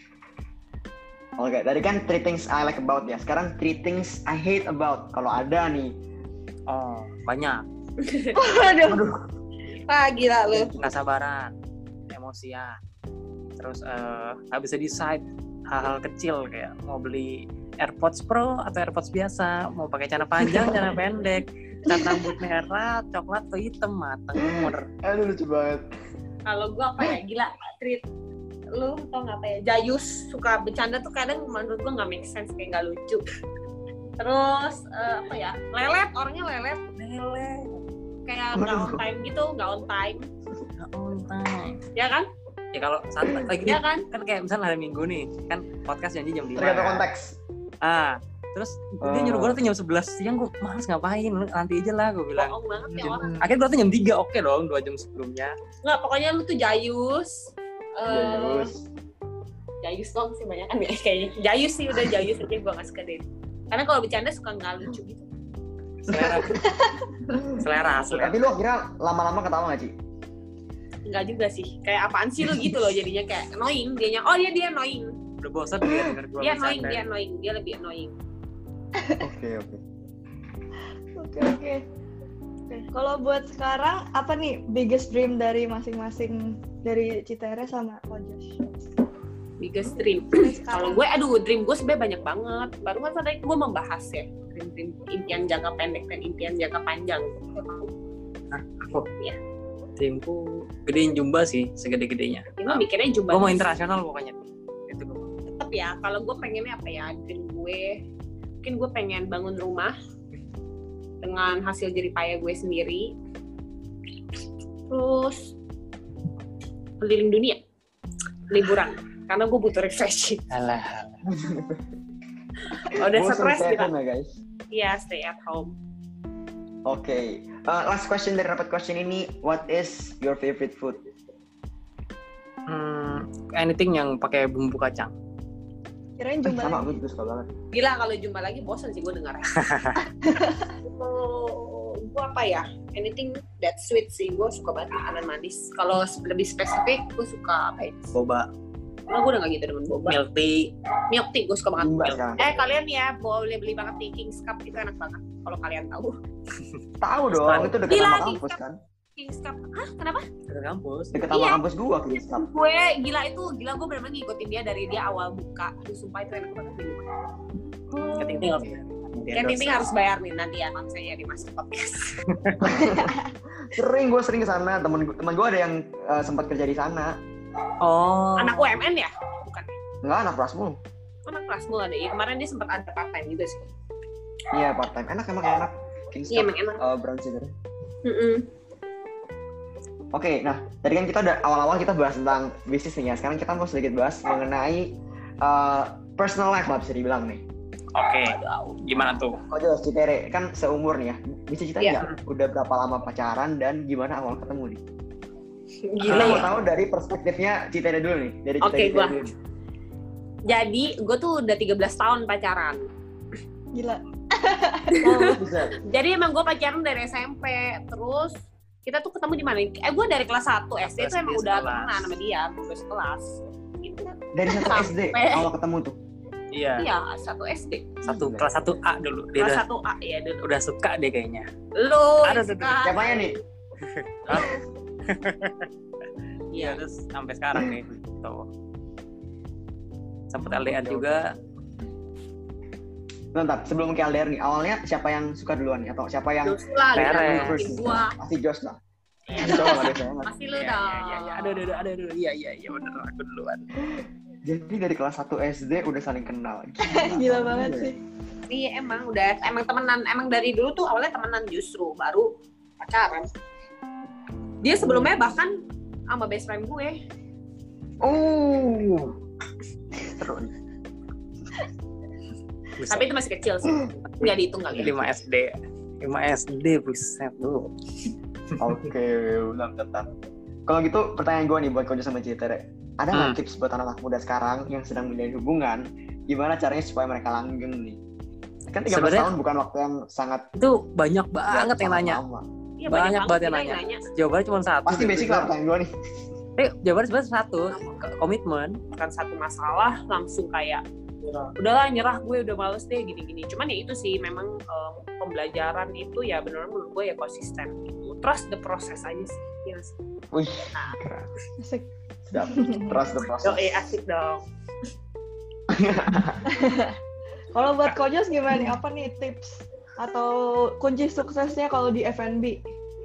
Oke, tadi kan 3 things I like about ya. Sekarang 3 things I hate about. Kalau ada nih. Oh, banyak. Aduh. Ah, gila lu. Nggak sabaran, emosian, terus nggak bisa decide hal-hal kecil kayak mau beli AirPods Pro atau AirPods biasa, mau pakai celana panjang, celana pendek, cat rambut merah, coklat atau hitam, mateng, Aduh, lucu banget. Kalau gue apa ya, gila treat lu tau nggak apa ya, Jayus suka bercanda tuh kadang menurut gue nggak make sense, kayak nggak lucu. Terus apa ya, lelet, orangnya lelet kayak nggak on time gitu, nggak on time ya kan? Ya kalau santai lagi Ya kan? kan kayak misalnya hari Minggu nih, kan podcast janji jam 5. Tergantung konteks. Terus dia nyuruh gue tuh jam 11 siang, gue males ngapain, nanti aja lah gue bilang. Bohong banget ya orang. Akhirnya gue tuh jam 3, oke dong 2 jam sebelumnya. Nggak, pokoknya lu tuh Jayus. Jayus. Jayus dong sih banyak kan ya kayaknya. Jayus sih, udah Jayus aja, gue nggak suka deh. Karena kalau bercanda suka nggak lucu gitu. Selera. Tapi lu akhirnya lama-lama ketawa gak, Ci? Enggak juga sih. Kayak apaan sih lu gitu loh jadinya, kayak annoying dianya. Oh dia annoying. Udah bosan dia denger gue Dia annoying, dia lebih annoying. Oke. Oke. Kalau buat sekarang apa nih biggest dream dari masing-masing dari Citere sama Ojas? Biggest dream. Kalau gue, dream gue sebenarnya banyak banget. Baru kan tadi gue membahas ya, dream impian jangka pendek dan impian jangka panjang. Aku ya. Dreamku gedein Jumba sih, segede-gedenya. Gue mikirnya jumlah. Gue mau internasional pokoknya. Itu gue. Tetap ya, kalau gue pengennya apa ya, dream gue, mungkin gue pengen bangun rumah dengan hasil jeripaya gue sendiri. Terus keliling dunia, liburan. Karena gue butuh refreshing. Alah. Udah Bosan stres stay gitu. at home ya, guys. Iya, stay at home. Oke. Last question dari rapid question ini, what is your favorite food? Anything yang pakai bumbu kacang. Kirain jumlah Sama, gue juga suka banget. Gila, kalau jumpa lagi bosan sih gue dengarnya. Gue apa ya? Anything that sweet sih, gue suka banget makanan manis. Kalau lebih spesifik, gue suka apa ya? Boba, Nah, gue udah gak gitu dengan boba. milk tea. Milk tea, gue suka banget. Jumba Milk. sekarang. Kalian ya boleh beli banget nih King's Cup, itu enak banget. Kalau kalian tahu. Tahu dong, itu dekat Gila, sama King's kampus Cup. kan? King's Cup. Hah? Kenapa? Ke kampus. Dekat sama Iya. kampus gua, King's Cup. Gue gila gue bener-bener ngikutin dia dari dia awal buka. Sumpah itu enak banget minuman. Keting-ting harus. Kayak Tinting harus bayar nih nanti ya kalau misalnya di Master Podcast. Gue sering ke sana. Temen gue ada yang sempat kerja di sana. Oh. Anak UMN ya? Bukan. Enggak, anak Prasmul. Anak kelasmu ada ya. Kemarin dia sempat ada part time juga sih. Iya, part time. Enak, emang enak. King's Iya, Cup emang enak. brunch itu. Mm-mm. Oke, nah tadi kan kita udah awal-awal kita bahas tentang bisnis nih ya. Sekarang kita mau sedikit bahas mengenai personal life lah bisa dibilang nih. Oke. Gimana tuh? Oh jelas, Citere kan seumur nih ya. Bisa ceritain Iya. nggak udah berapa lama pacaran dan gimana awal ketemu nih? Gila Kita mau ya. tahu dari perspektifnya Citere dulu nih. Dari Oke, Citere gua. dulu nih. Jadi gue tuh udah 13 tahun pacaran. gila. Oh, bisa. Jadi emang gue pacaran dari SMP. Terus kita tuh ketemu di mana? Gue dari kelas 1 SD tuh emang udah temenan sama dia, gue sekelas. Gitu. Dari satu Sampai- SD awal ketemu tuh. Iya. Iya, 1 SD. Kelas 1A dulu. Dia Kelas udah, 1A ya dulu. udah suka deh kayaknya. Lu Ada tuh. suka. Siapanya nih? Hah? Iya. Iya, terus sampai sekarang nih gitu. Sempet LDR juga. Bentar, sebelum ke LDR nih, awalnya siapa yang suka duluan nih? Atau siapa yang Terus lah, Beres. lihat gua. pasti Jos lah. Iya, Coba nggak ada banget. pasti lu Iya, dong. iya, iya. Aduh, iya bener aku duluan. Jadi dari kelas 1 SD udah saling kenal. Gila banget sih. Iya emang temenan. Emang dari dulu tuh awalnya temenan justru, baru pacaran. Dia sebelumnya bahkan sama best friend gue. Oh. Seru nih. Tapi itu masih kecil sih. Nggak dihitung kali ya. 5 SD buset lu. Oke, bentar. Kalau gitu pertanyaan gue nih buat Kojo sama Citere. Ada nggak tips buat anak muda sekarang yang sedang menjalin hubungan? Gimana caranya supaya mereka langgeng nih? Kan 13 Sebenarnya- tahun bukan waktu yang sangat Itu banyak banget yang nanya. lama. Iya, Banyak banget yang kita nanya. Jawabannya cuma satu. Pasti basic lah pertanyaan gue nih. Jawabannya sebenarnya satu, komitmen. Bukan satu masalah langsung kayak udahlah nyerah, gue udah males deh gini-gini. Cuman ya itu sih memang pembelajaran itu ya benar-benar menurut gue ya konsisten gitu. Trust the process aja sih. Iya sih. Wih, Nah. keren. Asik. Sedap. Trust the process. Asik dong. Kalau buat Kojos gimana nih? Apa nih tips atau kunci suksesnya kalau di F&B?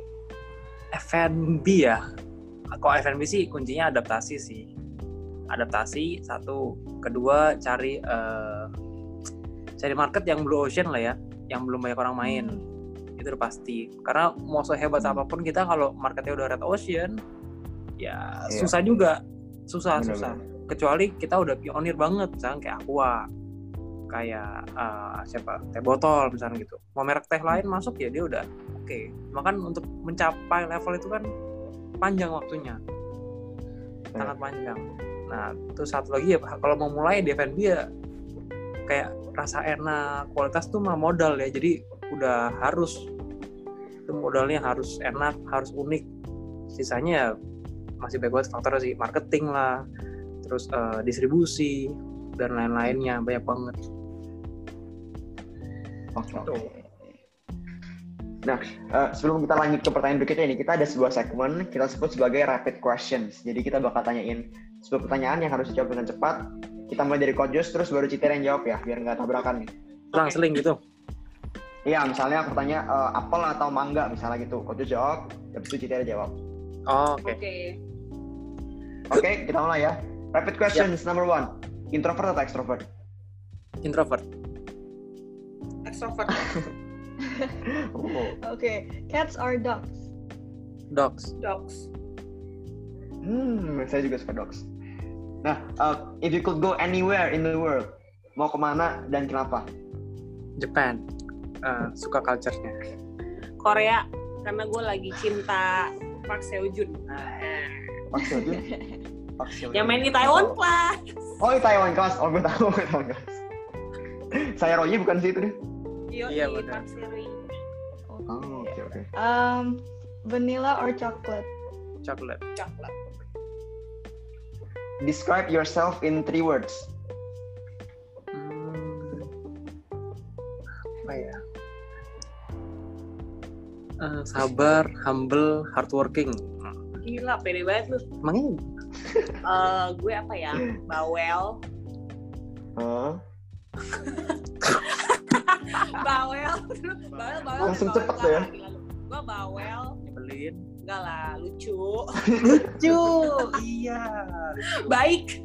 F&B ya. Kalau F&B sih kuncinya adaptasi sih. Adaptasi satu, kedua cari market yang blue ocean lah ya, yang belum banyak orang main. Itu udah pasti. Karena mau sehebat apapun kita kalau marketnya udah red ocean, ya Iya. susah juga. Susah. Kecuali kita udah pionir banget, misalnya kayak Aqua, kayak teh botol misalnya gitu. Mau merek teh lain masuk ya dia udah oke. Makan untuk mencapai level itu kan panjang waktunya, sangat panjang. Nah terus satu lagi ya kalau mau mulai di F&B ya kayak rasa enak, kualitas tuh mah modal ya. Jadi udah harus itu modalnya harus enak, harus unik. Sisanya ya masih banyak banget faktor sih, marketing lah, terus distribusi dan lain-lainnya banyak banget. Oke. Nah, sebelum kita lanjut ke pertanyaan berikutnya ini, kita ada sebuah segmen kita sebut sebagai rapid questions. Jadi kita bakal tanyain sebuah pertanyaan yang harus dijawab dengan cepat. Kita mulai dari Kojos, terus baru Citere yang jawab ya, biar nggak tabrakan nih. Seling gitu. Iya, misalnya aku tanya apel atau mangga misalnya gitu. Kojos jawab, habis itu Citere jawab. Oh, oke. Oke, kita mulai ya. Rapid questions number 1. Introvert atau extrovert? Introvert. Extrovert. Oh. Oke, cats or dogs? Dogs. Saya juga suka dogs. Nah, if you could go anywhere in the world, mau kemana dan kenapa? Japan. Suka culture-nya. Korea, karena gue lagi cinta Park Seo Joon. Park Seo Joon. Yang main di Taiwan Class. Oh, di Taiwan Class. Oh, gue tahu Taiwan Class. Saya Roy bukan sih itu deh. Iya, benar. Park Seo Joon. Oh, oke. Vanilla or chocolate? Chocolate. Describe yourself in 3 words. Apa ya? Sabar, humble, hardworking. Gila, pede banget lu. Emangnya Gue apa ya? Bawel. Bawel. Langsung cepet ya. Gue bawel. nyebelin? Enggak lah, lucu. Lucu. Iya. Baik.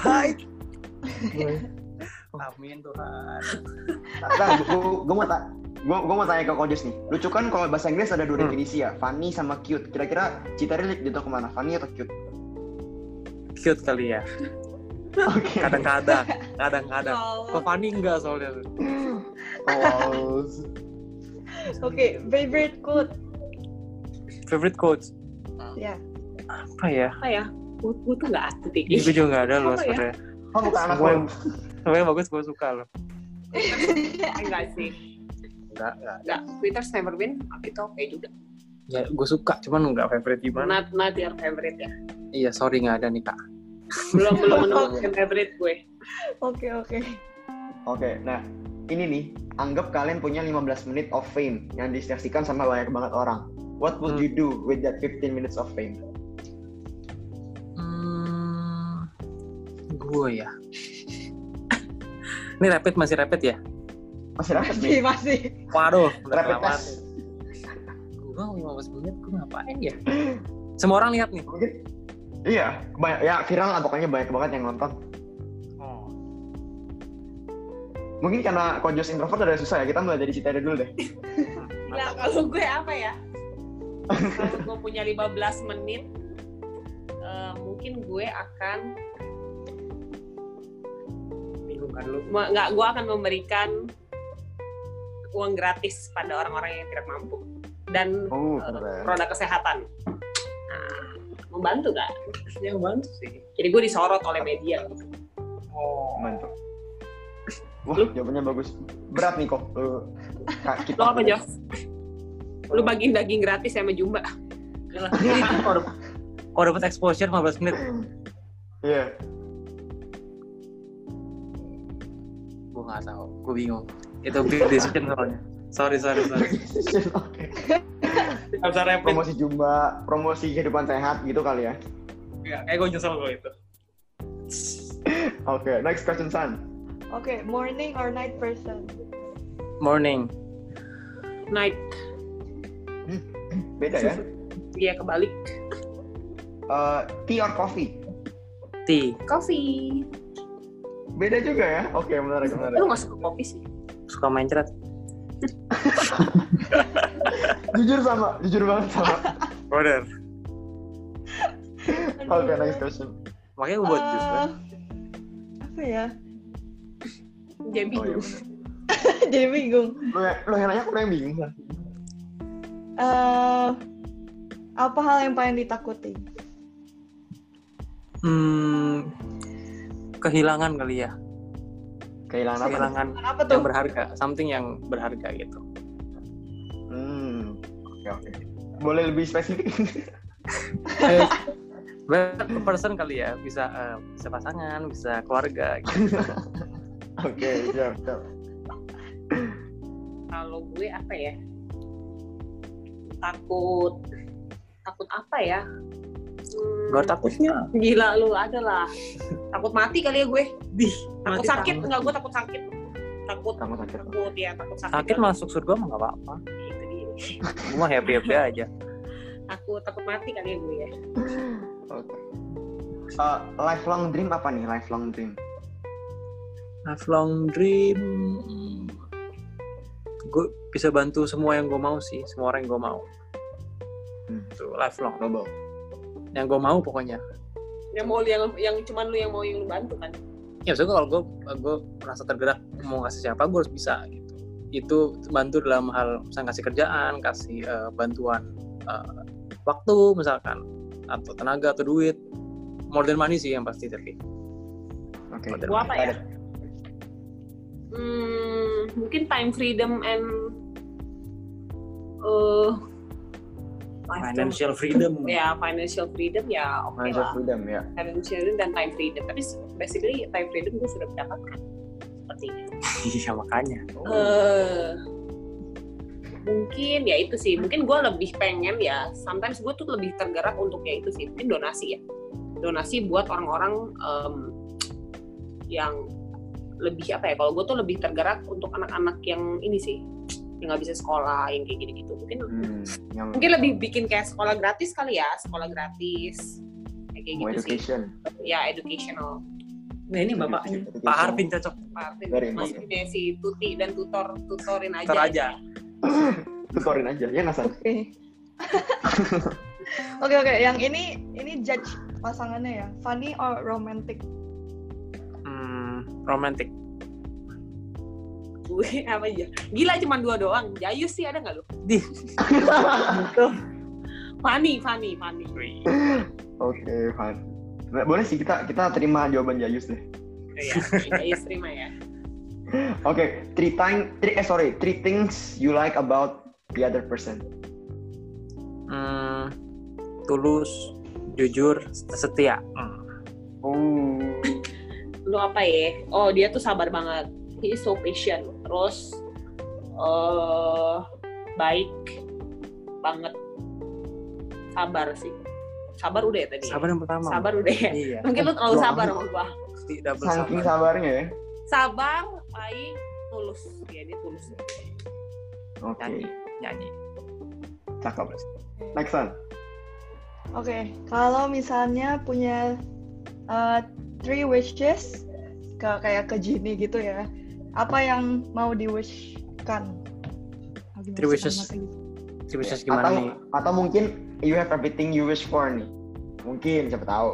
Amin Tuhan. Nah, gue mau tanya ke Kojos nih. Lucu kan kalau bahasa Inggris ada 2 definisi ya, funny sama cute. Kira-kira Citere gitu kemana? Funny atau cute? Cute kali ya. Oke. Kadang-kadang. Kok funny enggak soalnya. Oh. Oke, favorite quote? Favorite quotes? Ya. Apa ya? Apa ya? Gue tuh nggak ada deh. Gue juga nggak ada loh Apa ya? sebenarnya. Oh, bukan anak Semua lo. Semua yang bagus gue suka loh. Enggak sih. Enggak. Twitter's never been. Itu oke juga. Ya gue suka, cuman nggak favorite gimana. Not your favorite ya. Iya, sorry nggak ada nih kak. Belum menemukan favorite gue. Oke. Oke, nah ini nih, anggap kalian punya 15 menit of fame yang disaksikan sama banyak banget orang. what would you do with that 15 minutes of fame? Gue ya. Ini masih rapid ya? Masih rapid nih? Masih. Waduh, udah Rapid kelamaan. test. Gue 15 menit, gue ngapain ya? Semua orang lihat nih. Mungkin iya, banyak ya, viral lah pokoknya, banyak banget yang nonton. Oh. Mungkin karena Kojos introvert ada susah ya, kita mulai dari Cita dulu deh. Gila, kalau gue apa ya? Kalau gue punya 15 menit, mungkin gue akan Bingung kan lu? gue akan memberikan uang gratis pada orang-orang yang tidak mampu dan Keren. produk kesehatan. Nah, membantu kan? Ya bantu sih. Jadi gue disorot oleh media. Oh. Mantap. Wah, jawabannya bagus. Berat nih kok. Lo apa, Jo? Lu bagiin daging gratis sama Jumba. Ini kalau dapat exposure 15 menit. Iya. Gue nggak tahu, gue bingung. Itu big decision soalnya. Sorry. Oke. Gak bisa rapid. Promosi Jumba, promosi kehidupan sehat gitu kali ya. Ya, kayak gue nyesel kalau itu. Oke, next question, San. Oke, morning or night person? Morning. Night. Beda ya? Dia kebalik. Tea or coffee? Tea. Coffee. Beda juga ya? Oke, menarik. Lu gak suka kopi sih? Suka main cerat. Jujur banget sama. Brother. Oke, next question. Makanya gue buat jus kan. Apa ya? Jadi Oh, iya. Jadi bingung. Lo yang nanya, aku yang bingung kan? Apa hal yang paling ditakuti? Kehilangan kali ya. Kehilangan apa? Kehilangan Apa yang tuh? berharga, something yang berharga gitu. Oke. Boleh lebih spesifik? Person kali ya, bisa pasangan, bisa keluarga gitu. Oke, siap. kalau gue apa ya? Takut apa ya? Gak ada takutnya. Gila lu, ada lah. Takut mati kali ya gue. Takut Mati sakit, takut. enggak, gue takut sakit. Takut Sakit. takut sakit. Sakit masuk surga mah gak apa-apa. Itu dia. Gue mah happy aja. Takut mati kali ya gue ya. Oke. Lifelong dream apa nih? Lifelong dream. Lifelong dream, gue bisa bantu semua yang gue mau sih, semua orang yang gue mau. Itu lifelong. Global. Yang gue mau pokoknya. Yang cuman lu yang mau yang lu bantu kan. Ya maksudnya kalau gue merasa tergerak mau ngasih siapa, gue harus bisa gitu. Itu bantu dalam hal misalnya ngasih kerjaan, kasih bantuan waktu misalkan, atau tenaga atau duit. More than money sih yang pasti tapi. Oke. Gua apa ya? Mungkin time freedom and Financial freedom. Ya, financial freedom ya oke Financial lah. freedom ya. Financial freedom dan time freedom. Tapi basically time freedom gue sudah mendapatkan sepertinya. Iya makanya. Mungkin ya itu sih. Mungkin gue lebih pengen ya. Sometimes gue tuh lebih tergerak untuk ya itu sih. Mungkin donasi ya. Donasi buat orang-orang yang lebih apa ya? Kalau gue tuh lebih tergerak untuk anak-anak yang ini sih, yang nggak bisa sekolah, yang kayak gitu-gitu. Mungkin lebih bikin kayak sekolah gratis kali ya, sekolah gratis kayak gitu education. sih. Ya educational. Nah ini bapaknya Pak Harvin cocok. Pak Arvin, Very maksudnya si Tuti dan tutorin aja. Tutor aja. Tutorin aja, ya nggak San? Oke. Yang ini judge pasangannya ya. Funny or romantic? Romantic. Gue apa aja? Gila cuma 2 doang. Jayus sih ada nggak lu? Funny. Oke, fine. Nah, boleh sih kita terima jawaban Jayus deh. Iya, Jayus terima ya. Oke, three things you like about the other person. Tulus, jujur, setia. Lu apa ya? Oh, dia tuh sabar banget. He is so patient. Terus baik banget. Sabar udah ya tadi. Sabar yang pertama. Sabar udah ya. Iya. Mungkin lu terlalu sabar sama gua. Double Saking sabar. sabarnya ya. Sabar, baik, tulus. Ya dia tulus. Oke. Nyanyi. Cakep. Next one. Oke, kalau misalnya punya 3 wishes kayak ke genie gitu ya, apa yang mau di-wish-kan? 3 wishes. 3 wishes gimana nih? Atau mungkin you have everything you wish for nih. Mungkin, siapa tahu.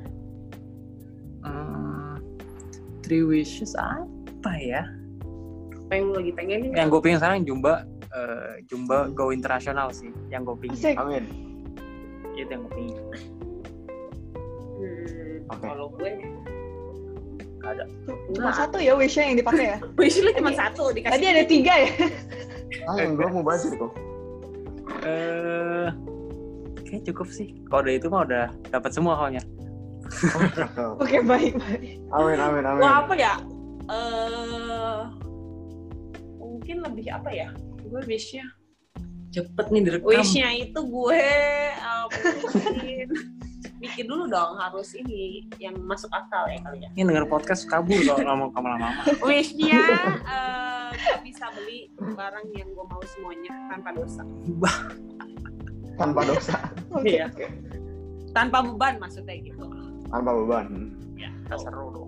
3 wishes apa ya? Apa yang lu lagi pengenin? Yang gue pengen sekarang Jumba go internasional sih. Yang gue pengen. Asik. Amin. Itu yang gue pengen. Oke. Kalau gue Gak ada. Cuma satu ya wish-nya yang dipakai ya? wish lu cuma satu dikasih. Tadi ada 3 ya? Yang gue mau bahas itu. Kayak cukup sih. Kalau udah itu mah udah dapat semua soalnya. Oke, baik. Amin. Wah, apa ya? Mungkin lebih apa ya? Gue wish-nya Cepet nih direkam. Wish-nya itu gue mungkin mikir dulu dong, harus ini yang masuk akal ya kali ya. Ini denger podcast kabur kalau ngomong lama-lama. Wish-nya gue bisa beli barang yang gue mau semuanya tanpa dosa. Tanpa dosa. Iya. Tanpa beban maksudnya gitu. Tanpa beban. Ya, Seru dong.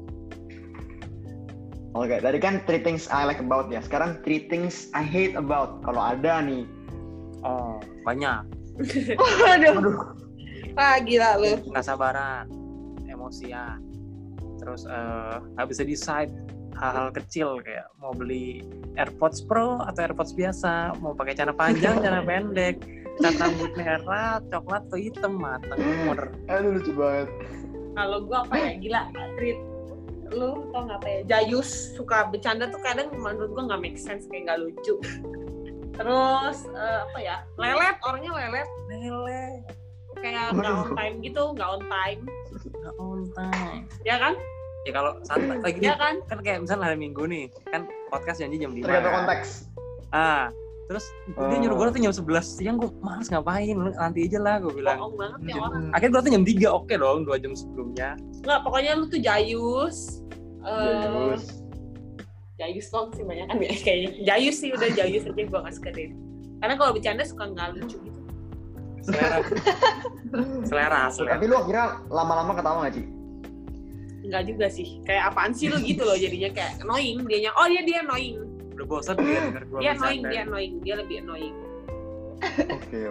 Oke, tadi kan 3 things I like about ya. Sekarang 3 things I hate about. Kalau ada nih. Oh, banyak. Waduh. Ah, gila lu. Nggak sabaran, emosian, terus nggak bisa decide hal-hal kecil kayak mau beli AirPods Pro atau AirPods biasa, mau pakai celana panjang, celana pendek, cat rambut merah, coklat atau hitam, mateng, umur. Aduh, lucu banget. Kalau gue apa ya, gila treat lu tau nggak apa ya, Jayus suka bercanda tuh kadang menurut gue nggak make sense, kayak nggak lucu. Terus apa ya, lelet, orangnya lelet kayak nggak on time gitu, nggak on time ya kan? Ya kalau santai lagi Ya kan? kan kayak misalnya hari Minggu nih, kan podcast janji jam 5. Tergantung kan? konteks. Terus dia nyuruh gue tuh jam 11 siang, gue males ngapain, nanti aja lah gue bilang. Bohong banget ya orang. Akhirnya gue tuh jam 3, oke dong 2 jam sebelumnya. Nggak, pokoknya lu tuh Jayus. Jayus. Jayus dong sih banyak kan ya kayaknya. Jayus sih, udah Jayus aja, gue nggak suka deh. Karena kalau bercanda suka nggak lucu gitu. Selera. Tapi lu akhirnya lama-lama ketawa gak, Ci? Enggak juga sih. Kayak apaan sih lu gitu loh, jadinya kayak annoying dianya. Oh dia annoying. Udah bosan dia denger gue Dia annoying, dia lebih annoying. Oke.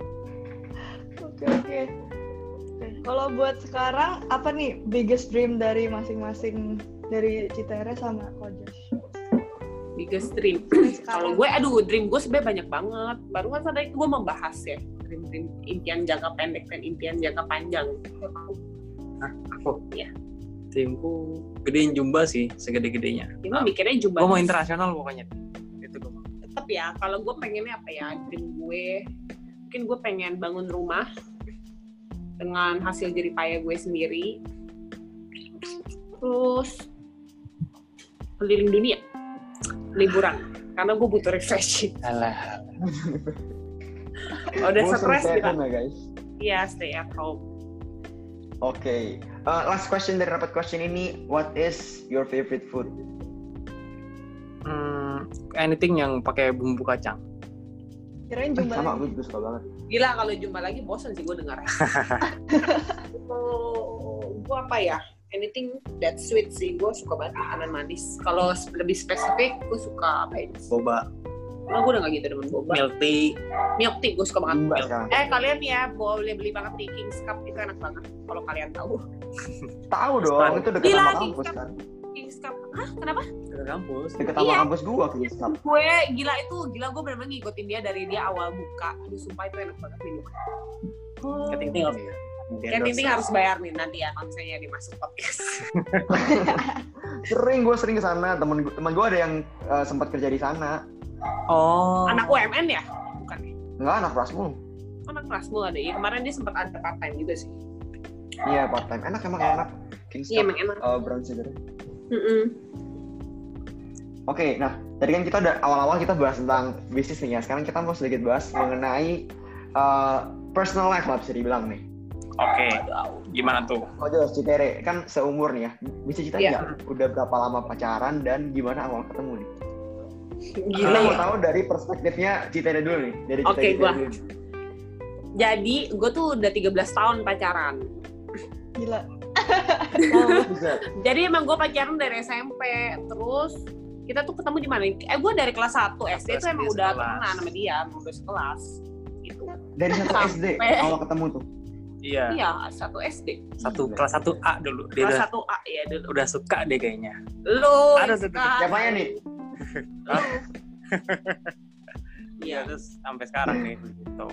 Oke. Kalau buat sekarang apa nih biggest dream dari masing-masing, dari Citera sama Kojas? Biggest dream. Kalau gue, dream gue sebenarnya banyak banget. Baru kan tadi gue membahas ya, dream impian jangka pendek dan impian jangka panjang. Aku? Iya. Dreamku gedein Jumba sih, segede-gedenya. Cuma mikirnya jumlah. Gue mau internasional pokoknya. Itu gue mau. Tetap ya, kalau gue pengennya apa ya, dream gue, mungkin gue pengen bangun rumah dengan hasil jerih payah gue sendiri. Terus keliling dunia, liburan, karena gue butuh refreshing. Alah. Udah stres gitu. Ya, guys. Iya, stay at home. Oke. Last question dari rapat question ini, what is your favorite food? Anything yang pakai bumbu kacang. Kirain Jumba Sama, lagi. gue suka banget. Gila, kalau jumpa lagi bosan sih gue dengar. Gue apa ya? Anything that sweet sih, gue suka banget makanan manis. Kalau lebih spesifik, gue suka apa ya? Boba. Nah, gue udah gak gitu demen boba. Milk tea. Milk tea gue suka banget. Jumba sekarang. Kalian ya boleh beli banget di King's Cup, itu enak banget. Kalau kalian tahu. Tahu dong, itu dekat Gila, sama King's kampus Cup. kan. King's Cup. Hah? Kenapa? Ke kampus. Dekat sama Iya. kampus gua King's Cup. Gue gila gue benar-benar ngikutin dia dari dia awal buka. Aduh, sumpah itu enak banget minuman. Keting-ting harus. Kayak Tinting harus bayar nih nanti ya konsennya dimasuk podcast. Gue sering ke sana, teman gue ada yang sempat kerja di sana. Oh. Anak UMN ya? Bukan ya? Enggak, anak Prasmul. Anak Prasmul ada ya. Kemarin dia sempat ada part time juga sih. Iya, part time. Enak, emang enak. King's Iya, Cup. emang enak. Brown sugar. Mm-mm. Oke, nah tadi kan kita udah awal-awal kita bahas tentang bisnis nih ya. Sekarang kita mau sedikit bahas mengenai personal life lah bisa dibilang nih. Oke, gimana tuh? Kok jelas Citere kan seumur nih ya. Bisa cerita nggak udah berapa lama pacaran dan gimana awal ketemu nih? Kita mau tahu dari perspektifnya Citere dulu nih. Dari Oke, Citere gua. dulu. Jadi gue tuh udah 13 tahun pacaran. Gila. Oh, bisa. Jadi emang gue pacaran dari SMP. Terus kita tuh ketemu di mana? Gue dari kelas 1 SD tuh emang udah temenan sama dia, emang udah sekelas. Gitu. Dari satu SD awal ketemu tuh. Iya. Iya, 1 SD. Kelas 1A dulu. Dia Kelas udah, 1A ya dulu. udah suka deh kayaknya. Lu Ada tuh, suka. Siapanya nih? Iya, Iya. terus sampai sekarang nih gitu.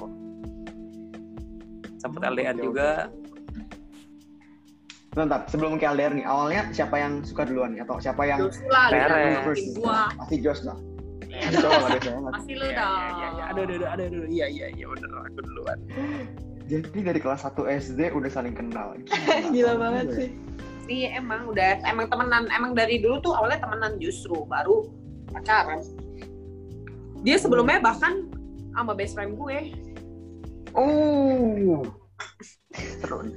Sempet LDR juga. Bentar, sebelum ke LDR nih, awalnya siapa yang suka duluan nih? Atau siapa yang Terus lah, Perez. bikin gua. Pasti Josh lah. Iya. Coba nggak ada saya. Pasti lu Iya, dong. iya. Aduh. Iya, bener aku duluan. Jadi dari kelas 1 SD udah saling kenal. Gila banget sih. Iya emang temenan. Emang dari dulu tuh awalnya temenan justru, baru pacaran. Dia sebelumnya bahkan sama best friend gue. Oh. Terus.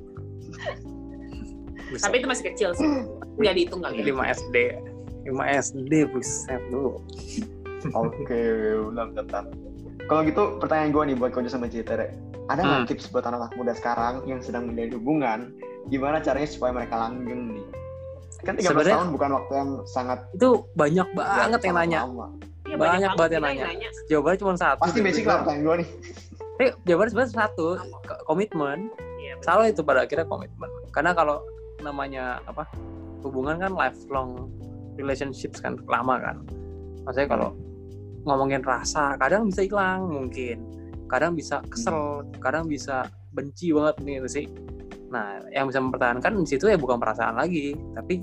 Tapi itu masih kecil sih. Nggak dihitung kali ya. 5 SD buset dulu. Oke, udah ketat. Kalau gitu pertanyaan gue nih buat Kojo sama Citere. Ada nggak tips buat anak muda sekarang yang sedang menjalin hubungan, gimana caranya supaya mereka langgeng nih? Kan 13 Sebenarnya- tahun bukan waktu yang sangat Itu banyak banget yang nanya. lama. Iya, Banyak banget yang kita nanya. Jawabannya cuma satu. Pasti basic lah pertanyaan gue nih. Jawabannya sebenarnya satu, komitmen. Iya, betul. Salah itu pada akhirnya komitmen. Karena kalau namanya hubungan kan lifelong relationships kan, lama kan. Maksudnya kalau ngomongin rasa, kadang bisa hilang mungkin, kadang bisa kesel, kadang bisa benci banget nih sih. Nah, yang bisa mempertahankan di situ ya bukan perasaan lagi, tapi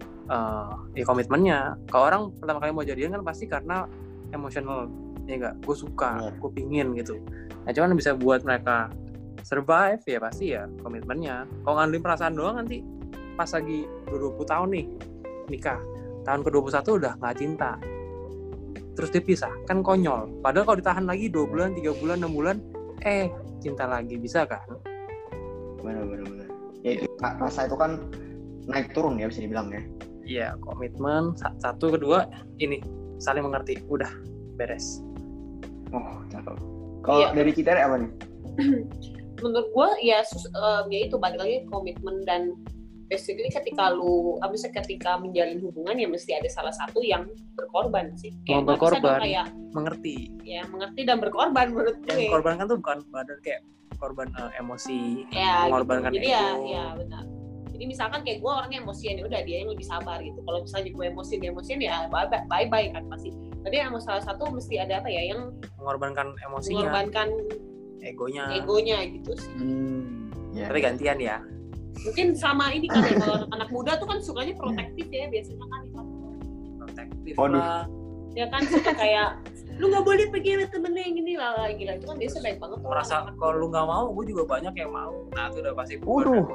ya komitmennya. Kalau orang pertama kali mau jadian kan pasti karena emosional, ya enggak, gue suka, gue pingin gitu. Nah, cuman bisa buat mereka survive ya pasti ya komitmennya. Kalau ngandelin perasaan doang nanti pas lagi 20 tahun nih nikah, tahun ke-21 udah nggak cinta, terus dipisah, kan konyol. Padahal kalau ditahan lagi 2 bulan, 3 bulan, 6 bulan, cinta lagi, bisa kan? Benar. Ya itu rasa itu kan naik turun ya bisa dibilang ya. Iya, komitmen. Satu, kedua, ini saling mengerti, udah beres. Oh, cakep. Kalau Iya. dari Citere apa nih? Menurut gue ya itu balik lagi komitmen dan basically ketika menjalin hubungan ya mesti ada salah satu yang berkorban sih. Mau nggak bisa dong berkorban, kayak mengerti. ya mengerti dan berkorban menurut Yang gue. korban kan tuh bukan badan kayak korban emosi, Ya, mengorbankan gitu. Jadi ego. ya benar. Jadi misalkan kayak gue orangnya emosian ya udah dia yang lebih sabar gitu. Kalau misalnya gue emosian ya bye bye kan pasti. Tapi yang salah satu mesti ada apa ya yang Mengorbankan emosinya, mengorbankan egonya. gitu sih. Ya. Tapi gantian ya. Mungkin sama ini kan ya, kalau anak muda tuh kan sukanya protektif ya biasanya kan. Protektif Waduh. lah. Ya kan suka kayak lu nggak boleh pergi sama temennya yang gini lah gila itu kan biasa baik banget tuh. Merasa kalau lu nggak mau, gue juga banyak yang mau. Nah itu udah pasti bubar. Waduh.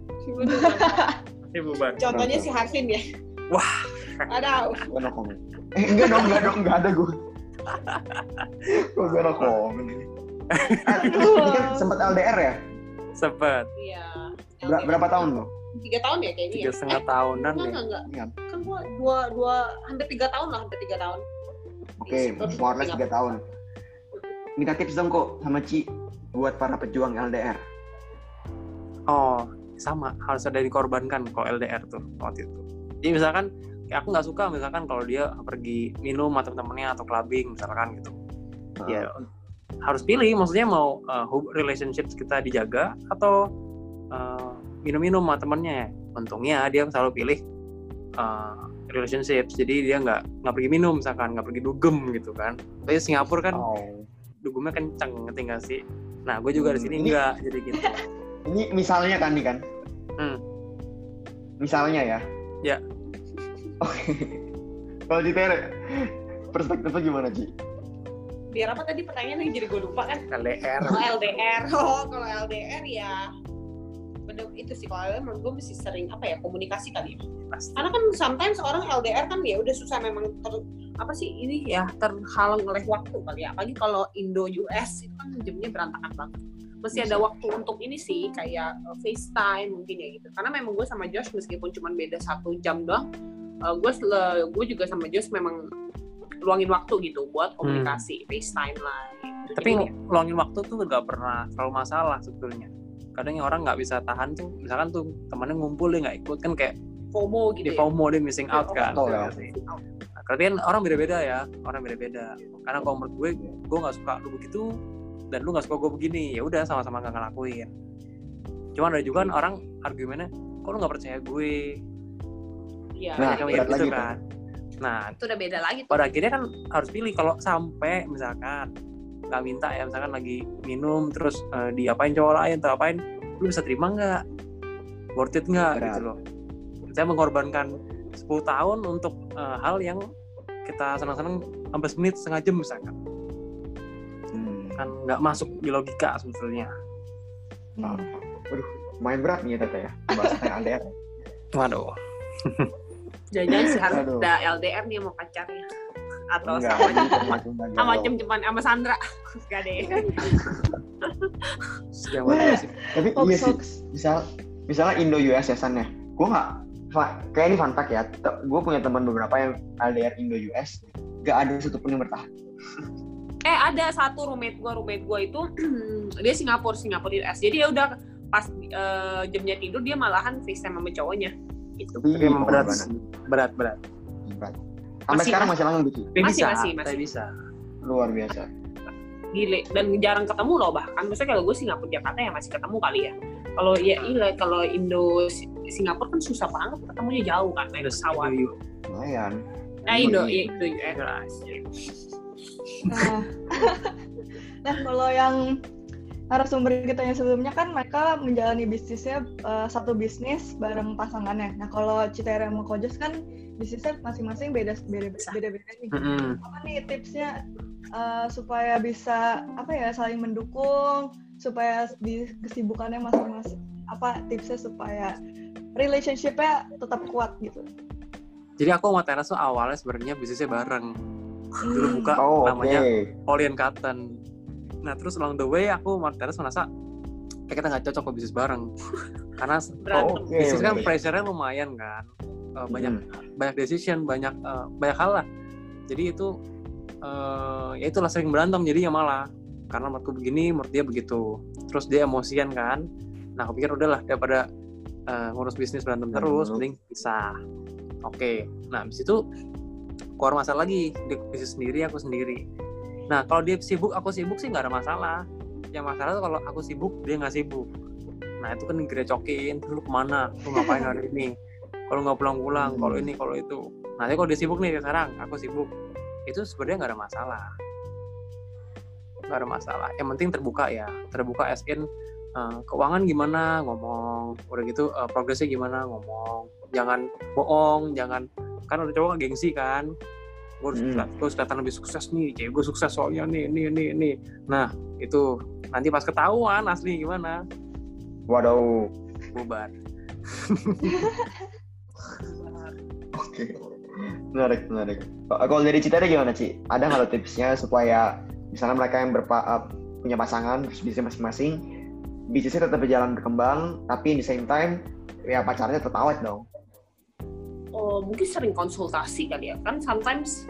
Pasti bubar. Contohnya si Harvin ya. Wah. Ada. Gue no comment. Enggak dong, enggak ada gue. Gue no comment ini. Ini kan sempat LDR ya? Sempet. Iya. Berapa tahun tuh? 3 tahun ya kayaknya. 3,5 tahunan deh. Enggak. Ingat. Kan gua dua hampir 3 tahun lah, hampir 3 tahun. Oke, more or less 3 tahun. Minta tips dong kok sama Ci buat para pejuang LDR. Oh, sama. Harus ada dikorbankan kalau LDR tuh waktu itu. Jadi misalkan kayak aku nggak suka misalkan kalau dia pergi minum sama temen-temennya atau clubbing misalkan gitu. Ya harus pilih, maksudnya mau relationships kita dijaga atau minum-minum sama temennya. Untungnya dia selalu pilih relationships, jadi dia nggak pergi minum misalkan, nggak pergi dugem gitu kan. Tapi Singapura kan dugemnya kenceng, ngerti nggak sih? Nah gue juga di sini enggak, jadi gitu. Ini misalnya kan nih kan? Misalnya ya? Ya. Oke. Kalau di Tere, perspektifnya gimana Ci? Biar apa tadi pertanyaannya jadi gue lupa kan? LDR. Kalau LDR ya bener itu sih kalau emang gue mesti sering komunikasi kali ya. Pasti. Karena kan sometimes orang LDR kan ya udah susah memang terhalang oleh waktu kali ya. Apalagi kalau Indo US itu kan jamnya berantakan banget. Masih ada waktu untuk ini sih, kayak FaceTime mungkin ya gitu. Karena memang gue sama Josh meskipun cuma beda 1 jam doang, gue juga sama Josh memang luangin waktu gitu buat komunikasi, FaceTime lah gitu. Tapi luangin waktu tuh gak pernah terlalu masalah sebetulnya. Kadang yang orang nggak bisa tahan tuh, misalkan tuh temannya ngumpul dia nggak ikut kan kayak FOMO gitu ya. FOMO, dia missing out kan. Ya. Nah, kan orang beda-beda ya, orang beda-beda. Karena kalau menurut gue nggak suka lu begitu dan lu nggak suka gue begini, ya udah sama-sama nggak ngelakuin. Cuman ada juga kan orang argumennya, kok lu nggak percaya gue? Iya. Nah, Kayak gitu lagi kan. Nah, itu udah beda lagi tuh. pada akhirnya kan harus pilih. Kalau sampai misalkan nggak minta ya, misalkan lagi minum terus diapain cowok lain atau apain, lu bisa terima nggak? Worth it nggak gitu loh? Saya mengorbankan 10 tahun untuk hal yang kita senang-senang 15 menit, setengah jam misalkan. Kan nggak masuk di logika sebetulnya. Waduh, main berat nih ya Tete ya, bahasanya LDR. Waduh. Jangan-jangan si Hans udah LDR nih mau pacarnya. Atau Enggak, sama Cepan sama Sandra. Gak deh. Tapi iya sih, misalnya Indo-US ya San ya, gue nggak, kayak ini fun fact ya, gue punya teman beberapa yang LDR Indo-US, gak ada satupun yang bertahan. Ada satu roommate gue itu dia Singapura US. Jadi ya udah pas jamnya tidur dia malahan FaceTime sama cowoknya. Itu. Tapi emang berat. Sampai sekarang masih langsung gitu. Masih. Bisa. Luar biasa. Gile, dan jarang ketemu loh bahkan. Maksudnya kalau gue Singapura Jakarta ya masih ketemu kali ya. Kalau Indo Singapura kan susah banget ketemunya, jauh kan naik pesawat. Lumayan. Indo US. Nah, kalau yang narasumber kita yang sebelumnya kan mereka menjalani bisnisnya satu bisnis bareng pasangannya. Nah, kalau Citera sama Kojos kan bisnisnya masing-masing beda nih. Apa nih tipsnya supaya bisa saling mendukung, supaya di kesibukannya masing-masing, apa tipsnya supaya relationship-nya tetap kuat gitu? Jadi aku sama Teras tuh awalnya sebenarnya bisnisnya bareng. Dulu buka namanya Oli and Cotton. Nah terus along the way aku sama Teras merasa kayak kita nggak cocok ke bisnis bareng. Karena bisnis kan pressure-nya lumayan kan. Banyak decision, banyak hal lah. Jadi itu ya itulah sering berantem jadinya malah. Karena menurutku begini, menurut dia begitu. Terus dia emosian kan. Nah aku pikir udahlah daripada ngurus bisnis berantem terus, mending pisah. Oke. Nah habis itu keluar masalah lagi, dia bisnis sendiri, aku sendiri. Nah kalau dia sibuk, aku sibuk sih nggak ada masalah. Yang masalah tuh kalau aku sibuk, dia nggak sibuk. Nah itu kan digerecokin, lu kemana, lu ngapain hari ini, kalau nggak pulang-pulang, kalau ini, kalau itu. Nanti kalau dia sibuk nih sekarang, aku sibuk, itu sebenarnya nggak ada masalah. Yang penting terbuka as in keuangan gimana, ngomong, udah gitu progresnya gimana, ngomong, jangan bohong, kan ada cowok gengsi kan, gue harus kelihatan lebih sukses nih, cewek gue sukses soalnya nih. Nah itu nanti pas ketahuan asli gimana, waduh, bubar. Oke. Menarik. Kalau dari Cita gimana Ci? Ada nggak tipsnya supaya misalnya mereka yang punya pasangan, terus bisnis masing-masing, bisnisnya tetap berjalan berkembang, tapi di same time ya pacarnya tetap awet dong? Mungkin sering konsultasi kali ya, kan sometimes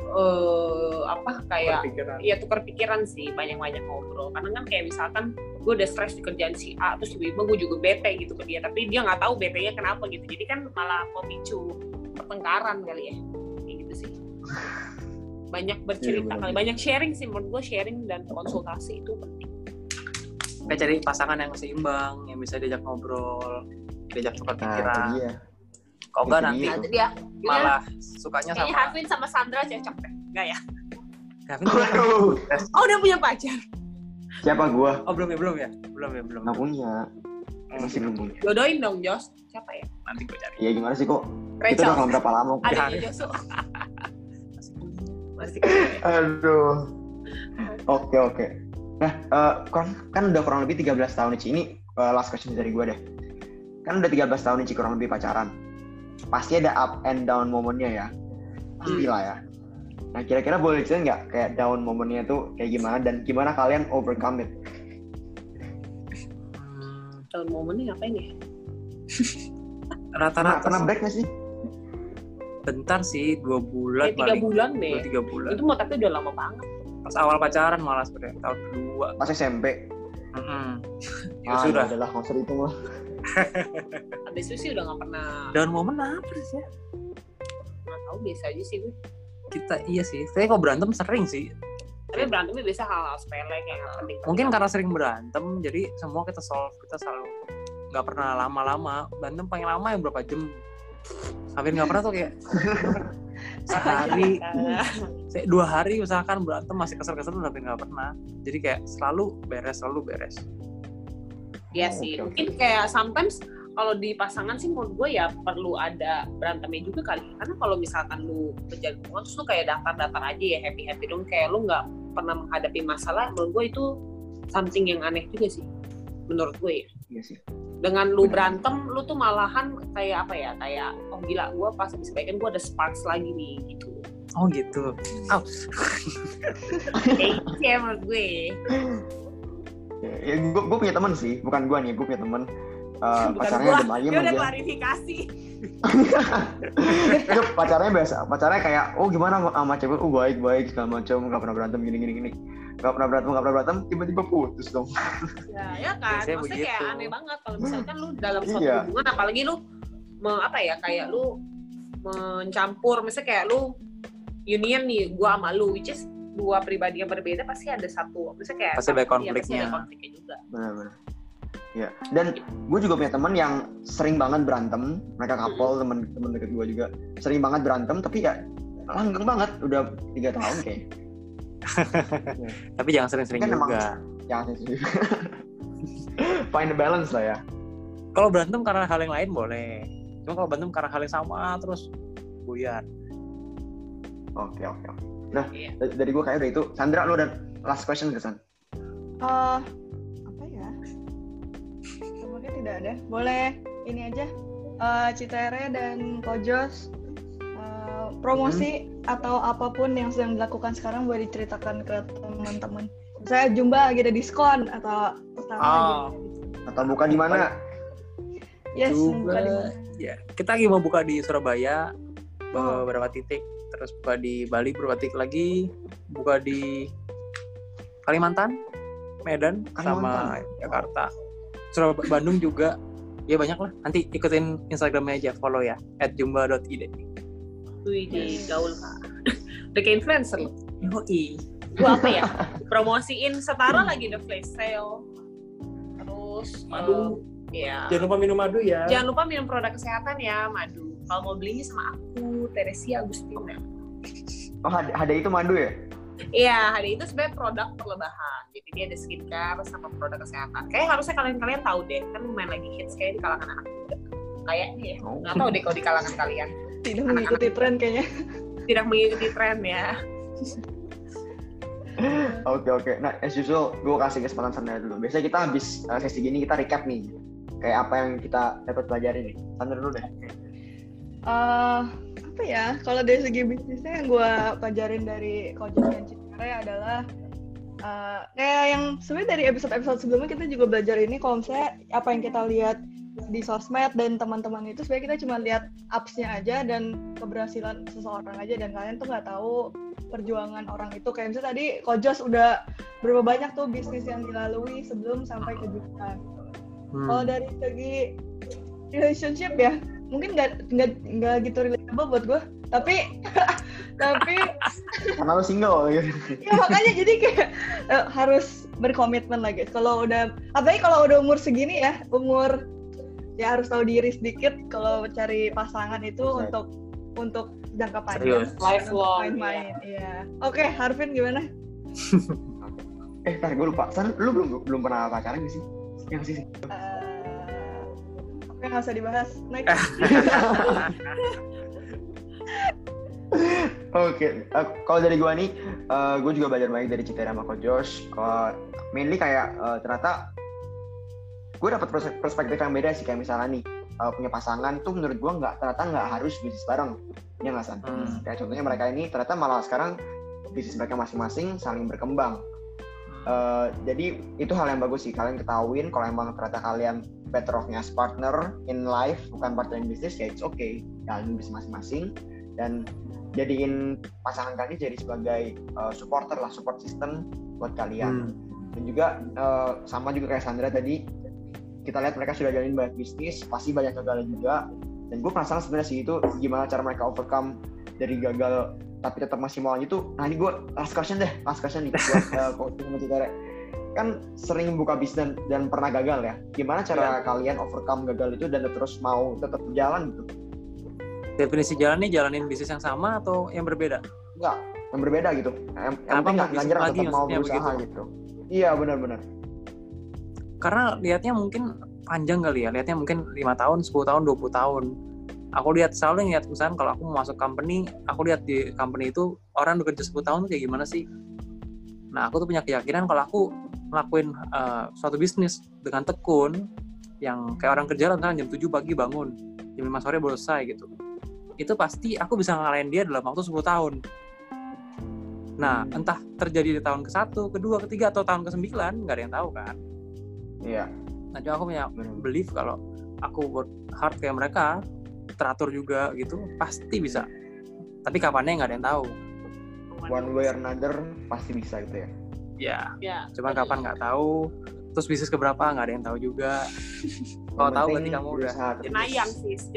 tukar pikiran sih, banyak ngobrol. Karena kan kayak misalkan gue udah stres di kerjaan si A, terus tiba-tiba gue juga bete gitu ke dia, tapi dia nggak tahu betenya kenapa gitu, jadi kan malah memicu pertengkaran kali ya, kayak gitu sih. Banyak bercerita kali, banyak sharing sih, menurut gue sharing dan konsultasi itu penting. Kayak cari pasangan yang seimbang, yang bisa diajak ngobrol, diajak tukar pikiran. Kalau enggak nanti malah sukanya sama. Kayaknya Harvin sama Sandra cocok deh, enggak ya? Harvin udah punya pacar. Siapa gua? Oh belum ya. Nggak punya. Masih belum punya. Jodohin dong Jos. Siapa ya? Nanti gue cari. Iya gimana sih kok? Rachel. Itu udah berapa lama? Adanya Josu. Aduh. Oke. Nah, kan udah kurang lebih 13 tahun nih Ci. Ini last question dari gue deh. Kan udah 13 tahun nih Ci kurang lebih pacaran. Pasti ada up and down momennya ya. Pastilah ya. Nah, kira-kira boleh ceritain nggak kayak down momennya tuh kayak gimana dan gimana kalian overcome it? Down momennya ngapain ya? Rata-rata Pernah break nggak sih? bentar sih, 2 bulan 3 bulan deh. 3 bulan. Itu mau tapi udah lama banget. Pas awal pacaran malah sebenarnya tahun kedua. Pas SMP. Ya sudah. Ya udahlah, nggak usah dihitung lah. Habis itu sih udah nggak pernah. Down momen apa sih ya? Nggak tahu, biasa aja sih gue. Kita iya sih. Tapi kalau berantem sering sih. Tapi berantemnya biasa hal-hal sepele kayak nggak penting. Mungkin karena sering berantem, jadi semua kita solve, kita selalu nggak pernah lama-lama. Berantem paling lama yang berapa jam? Hampir nggak pernah tuh kayak sehari, 2 hari misalkan berantem masih kesel-kesel, tapi nggak pernah. Jadi kayak selalu beres. Iya sih. Mungkin kayak sometimes kalau di pasangan sih menurut gue ya perlu ada berantemnya juga kali. Karena kalau misalkan lu menjaga hubungan terus lu kayak datar-datar aja ya, happy-happy dong, kayak lu nggak pernah menghadapi masalah, menurut gue itu something yang aneh juga sih menurut gue ya. Iya sih. Dengan lu berantem, lu tuh malahan kayak apa ya, kayak oh gila, gue pas habis baikan gue ada sparks lagi nih gitu. Oh gitu. Kayak gitu ya menurut gue. Ya, gue punya teman sih, bukan gue nih, gue punya teman pacarnya gua, adem ayem dia udah aja. klarifikasi. Itu pacarnya biasa, pacarnya kayak oh gimana sama cewek, baik segala macam, nggak pernah berantem gini, nggak pernah berantem, tiba-tiba putus dong. Ya kan, Biasanya maksudnya kayak begitu. aneh banget kalau misalkan lu dalam suatu Iya. hubungan, apalagi lu kayak lu mencampur, misalnya kayak lu union nih, gua sama lu, which is dua pribadi yang berbeda, pasti ada satu, misalnya kayak Pasti ada pasti konfliknya. ada konfliknya juga. Benar. Ya, dan gue juga punya teman yang sering banget berantem. Mereka couple, teman deket gue juga sering banget berantem, tapi ya langgeng banget, udah 3 tahun kayak. Tapi jangan sering-sering Kan emang- juga. Ya sih. Find the balance lah ya. Kalau berantem karena hal yang lain boleh. Cuma kalau berantem karena hal yang sama terus buyar. Oke. Nah, Iya. dari gue kayak udah itu. Sandra, lu ada last question ke San? Apa ya? Semoga tidak ada. Boleh ini aja. Citere dan Kojos promosi atau apapun yang sedang dilakukan sekarang boleh diceritakan ke teman-teman. Saya Jumba lagi ada diskon atau lagi. Atau buka di mana? Yes, buka di mana? Ya, kita lagi mau buka di Surabaya beberapa titik, terus buka di Bali beberapa titik lagi, buka di Kalimantan, Medan, sama Jakarta, Surabaya, Bandung juga. Ya banyak lah. Nanti ikutin Instagramnya aja, follow ya @jumba.id. Wih, di gaul Kak. Udah kayak influencer loh. Yoi. Gua apa ya? Promosiin Setara lagi ada flash sale. Terus Madu. Ya. Jangan lupa minum madu ya. Jangan lupa minum produk kesehatan ya, madu. Kalau mau belinya sama aku, Teresia Agustina. Oh, ada itu madu ya? Iya, hari itu sebenarnya produk perlebahan. Jadi dia ada skincare sama produk kesehatan. Kayak harusnya kalian tahu deh, kan lumayan lagi hits kayak di kalangan anak muda. Kayaknya ya, nggak tahu deh kalau di kalangan kalian. Tidak mengikuti tren kayaknya. Tidak mengikuti tren ya. Oke. Nah, as usual, gue kasih kesempatan Sandra dulu. Biasanya kita habis sesi gini kita recap nih. Kayak apa yang kita dapat pelajari nih. Sandra dulu deh. Apa ya? Kalau dari segi bisnisnya yang gue pelajarin dari Kojos dan Citere adalah kayak yang sebenarnya dari episode sebelumnya kita juga belajar ini. Kalau misalnya apa yang kita lihat di sosmed dan teman-teman itu sebenarnya kita cuma lihat ups-nya aja dan keberhasilan seseorang aja, dan kalian tuh nggak tahu perjuangan orang itu. Kayak misalnya tadi Kojos udah berapa banyak tuh bisnis yang dilalui sebelum sampai ke jutaan. Kalau dari segi relationship ya mungkin nggak gitu relatable buat gue, tapi Karena lo single gitu. ya makanya jadi kayak harus berkomitmen lagi. Kalau udah, apalagi kalau udah umur segini ya, ya harus tahu diri sedikit kalau cari pasangan itu untuk jangka panjang. Serius. Lifelong. Main-main. Iya. Oke, Harvin gimana? Gue lupa. San, lu belum pernah pacaran gak sih? Yang sih. Oke, nggak usah dibahas. Next. Oke, kalau dari gue nih, gue juga belajar banyak dari Citere sama Kojos. Mainly kayak ternyata gue dapat perspektif yang beda sih. Kayak misalnya nih, punya pasangan tuh menurut gue ternyata nggak harus bisnis bareng, ya nggak San? Kayak contohnya mereka ini ternyata malah sekarang bisnis mereka masing-masing saling berkembang. Jadi itu hal yang bagus sih, kalian ketahuin kalau emang ternyata kalian better off-nya as partner in life, bukan partner in business, ya it's okay, jalanin bisnis masing-masing dan jadiin pasangan kalian jadi sebagai supporter lah, support system buat kalian. Dan juga sama juga kayak Sandra tadi, kita lihat mereka sudah jalanin banyak bisnis, pasti banyak gagal juga. Dan gue penasaran sebenarnya sih itu gimana cara mereka overcome dari gagal tapi tetap masih mau lanjut tuh. Nah ini gue last question nih buat coaching sama Citere. Kan sering buka bisnis dan pernah gagal ya. Gimana cara kalian overcome gagal itu dan terus mau tetap jalan gitu? Definisi jalan nih, jalanin bisnis yang sama atau yang berbeda? Enggak, yang berbeda gitu. Yang penting nggak nyerah, tetap mau berusaha gitu. Iya benar-benar. Karena lihatnya mungkin panjang kali ya, lihatnya mungkin 5 tahun, 10 tahun, 20 tahun. Aku selalu lihat misalkan kalau aku mau masuk company, aku lihat di company itu orang bekerja 10 tahun tuh kayak gimana sih. Nah aku tuh punya keyakinan kalau aku ngelakuin suatu bisnis dengan tekun, yang kayak orang kerja misalkan jam 7 pagi bangun, jam 5 sore baru selesai gitu, itu pasti aku bisa ngalahin dia dalam waktu 10 tahun. Nah entah terjadi di tahun ke-1, ke-2, ke-3 atau tahun ke-9, nggak ada yang tahu kan. Iya. Nah cuma aku punya belief kalau aku work hard kayak mereka, teratur juga gitu, pasti bisa. Tapi kapannya nggak ada yang tahu. One way or another pasti bisa gitu ya. Ya. Cuma kapan nggak tahu. Terus bisnis keberapa nggak ada yang tahu juga. Kalau tahu berarti kamu udah jenayang.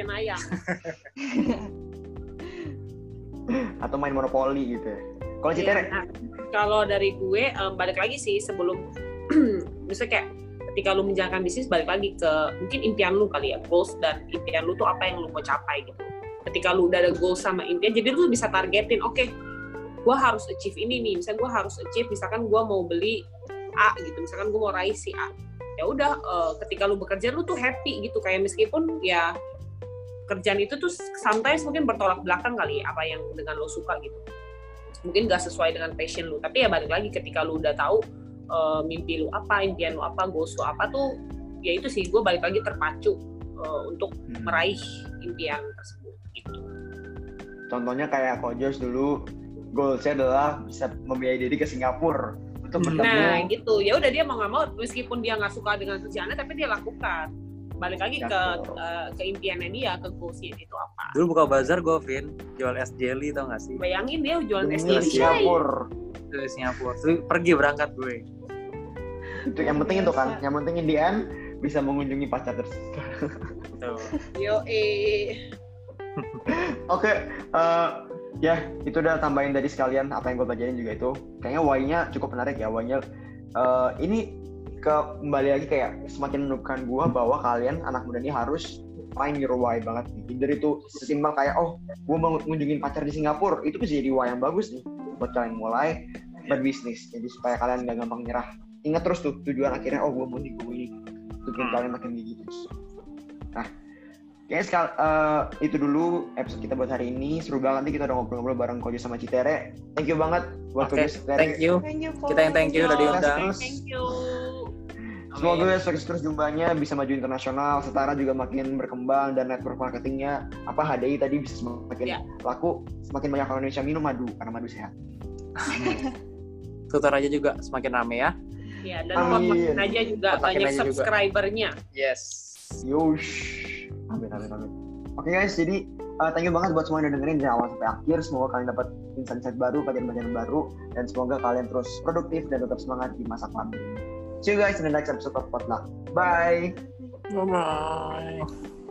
Atau main monopoli gitu ya. Kalau Citere? Nah, kalau dari gue balik lagi sih sebelum misalnya kayak ketika lu menjalankan bisnis, balik lagi ke mungkin impian lu kali ya, goals dan impian lu tuh apa yang lu mau capai gitu. Ketika lu udah ada goals sama impian, jadi lu bisa targetin, oke, gue harus achieve ini nih, misalnya gue harus achieve, misalkan gue mau beli A gitu, misalkan gue mau raih si A, ya udah ketika lu bekerja lu tuh happy gitu, kayak meskipun ya kerjaan itu tuh sometimes mungkin bertolak belakang kali apa yang dengan lu suka gitu, mungkin gak sesuai dengan passion lu, tapi ya balik lagi ketika lu udah tahu mimpi lu apa, impian lu apa, goals lu apa tuh, ya itu sih gue balik lagi terpacu untuk meraih impian tersebut gitu. Contohnya kayak Ko Josh dulu goalsnya adalah bisa membiayai diri ke Singapura untuk bertemu. Nah gitu, ya udah dia mau nggak mau meskipun dia nggak suka dengan kerjaannya tapi dia lakukan. Balik lagi ke impiannya dia, ke goalsnya itu apa. Dulu buka bazar gue, Vin, jual es jelly tau nggak sih? Bayangin dia jualan es jelly Singapura. Dari Singapura, terus pergi berangkat gue. Itu yang penting itu kan, yang penting in the end bisa mengunjungi pacar tersebut. Oke, ya itu udah tambahin dari sekalian apa yang gue pelajarin juga itu. Kayaknya why-nya cukup menarik ya, why-nya ini kembali lagi kayak semakin menunjukkan gue bahwa kalian anak muda ini harus find your why banget nih. Jadi itu sesimpel kayak gue mau ngunjungin pacar di Singapura, itu bisa jadi why yang bagus nih buat kalian mulai berbisnis. Jadi supaya kalian gak gampang nyerah. Ingat terus tuh tujuan akhirnya, gue mau ini itu bikin kalian makin gigi terus. Nah kayaknya itu dulu episode kita buat hari ini. Seru banget nih, kita udah ngobrol-ngobrol bareng Ko Josh sama Citere. Thank you banget buat Ko Josh, Citere. Thank you. Kita yang thank you udah diundang. Thank you. Semoga sukses terus jumbanya, bisa maju internasional, Setara juga makin berkembang dan network marketingnya HDI tadi bisa semakin laku, semakin banyak orang Indonesia minum madu karena madu sehat. Tutor aja juga semakin rame ya. Ya, dan makin aja juga banyak subscribernya. Yes. Yush. Amin. Oke guys, jadi thank you banget buat semua yang udah dengerin dari awal sampai akhir. Semoga kalian dapat insight baru, pelajaran-pelajaran baru, dan semoga kalian terus produktif dan tetap semangat di masa pandemi. See you guys in the next episode of Potluck. Bye. Bye.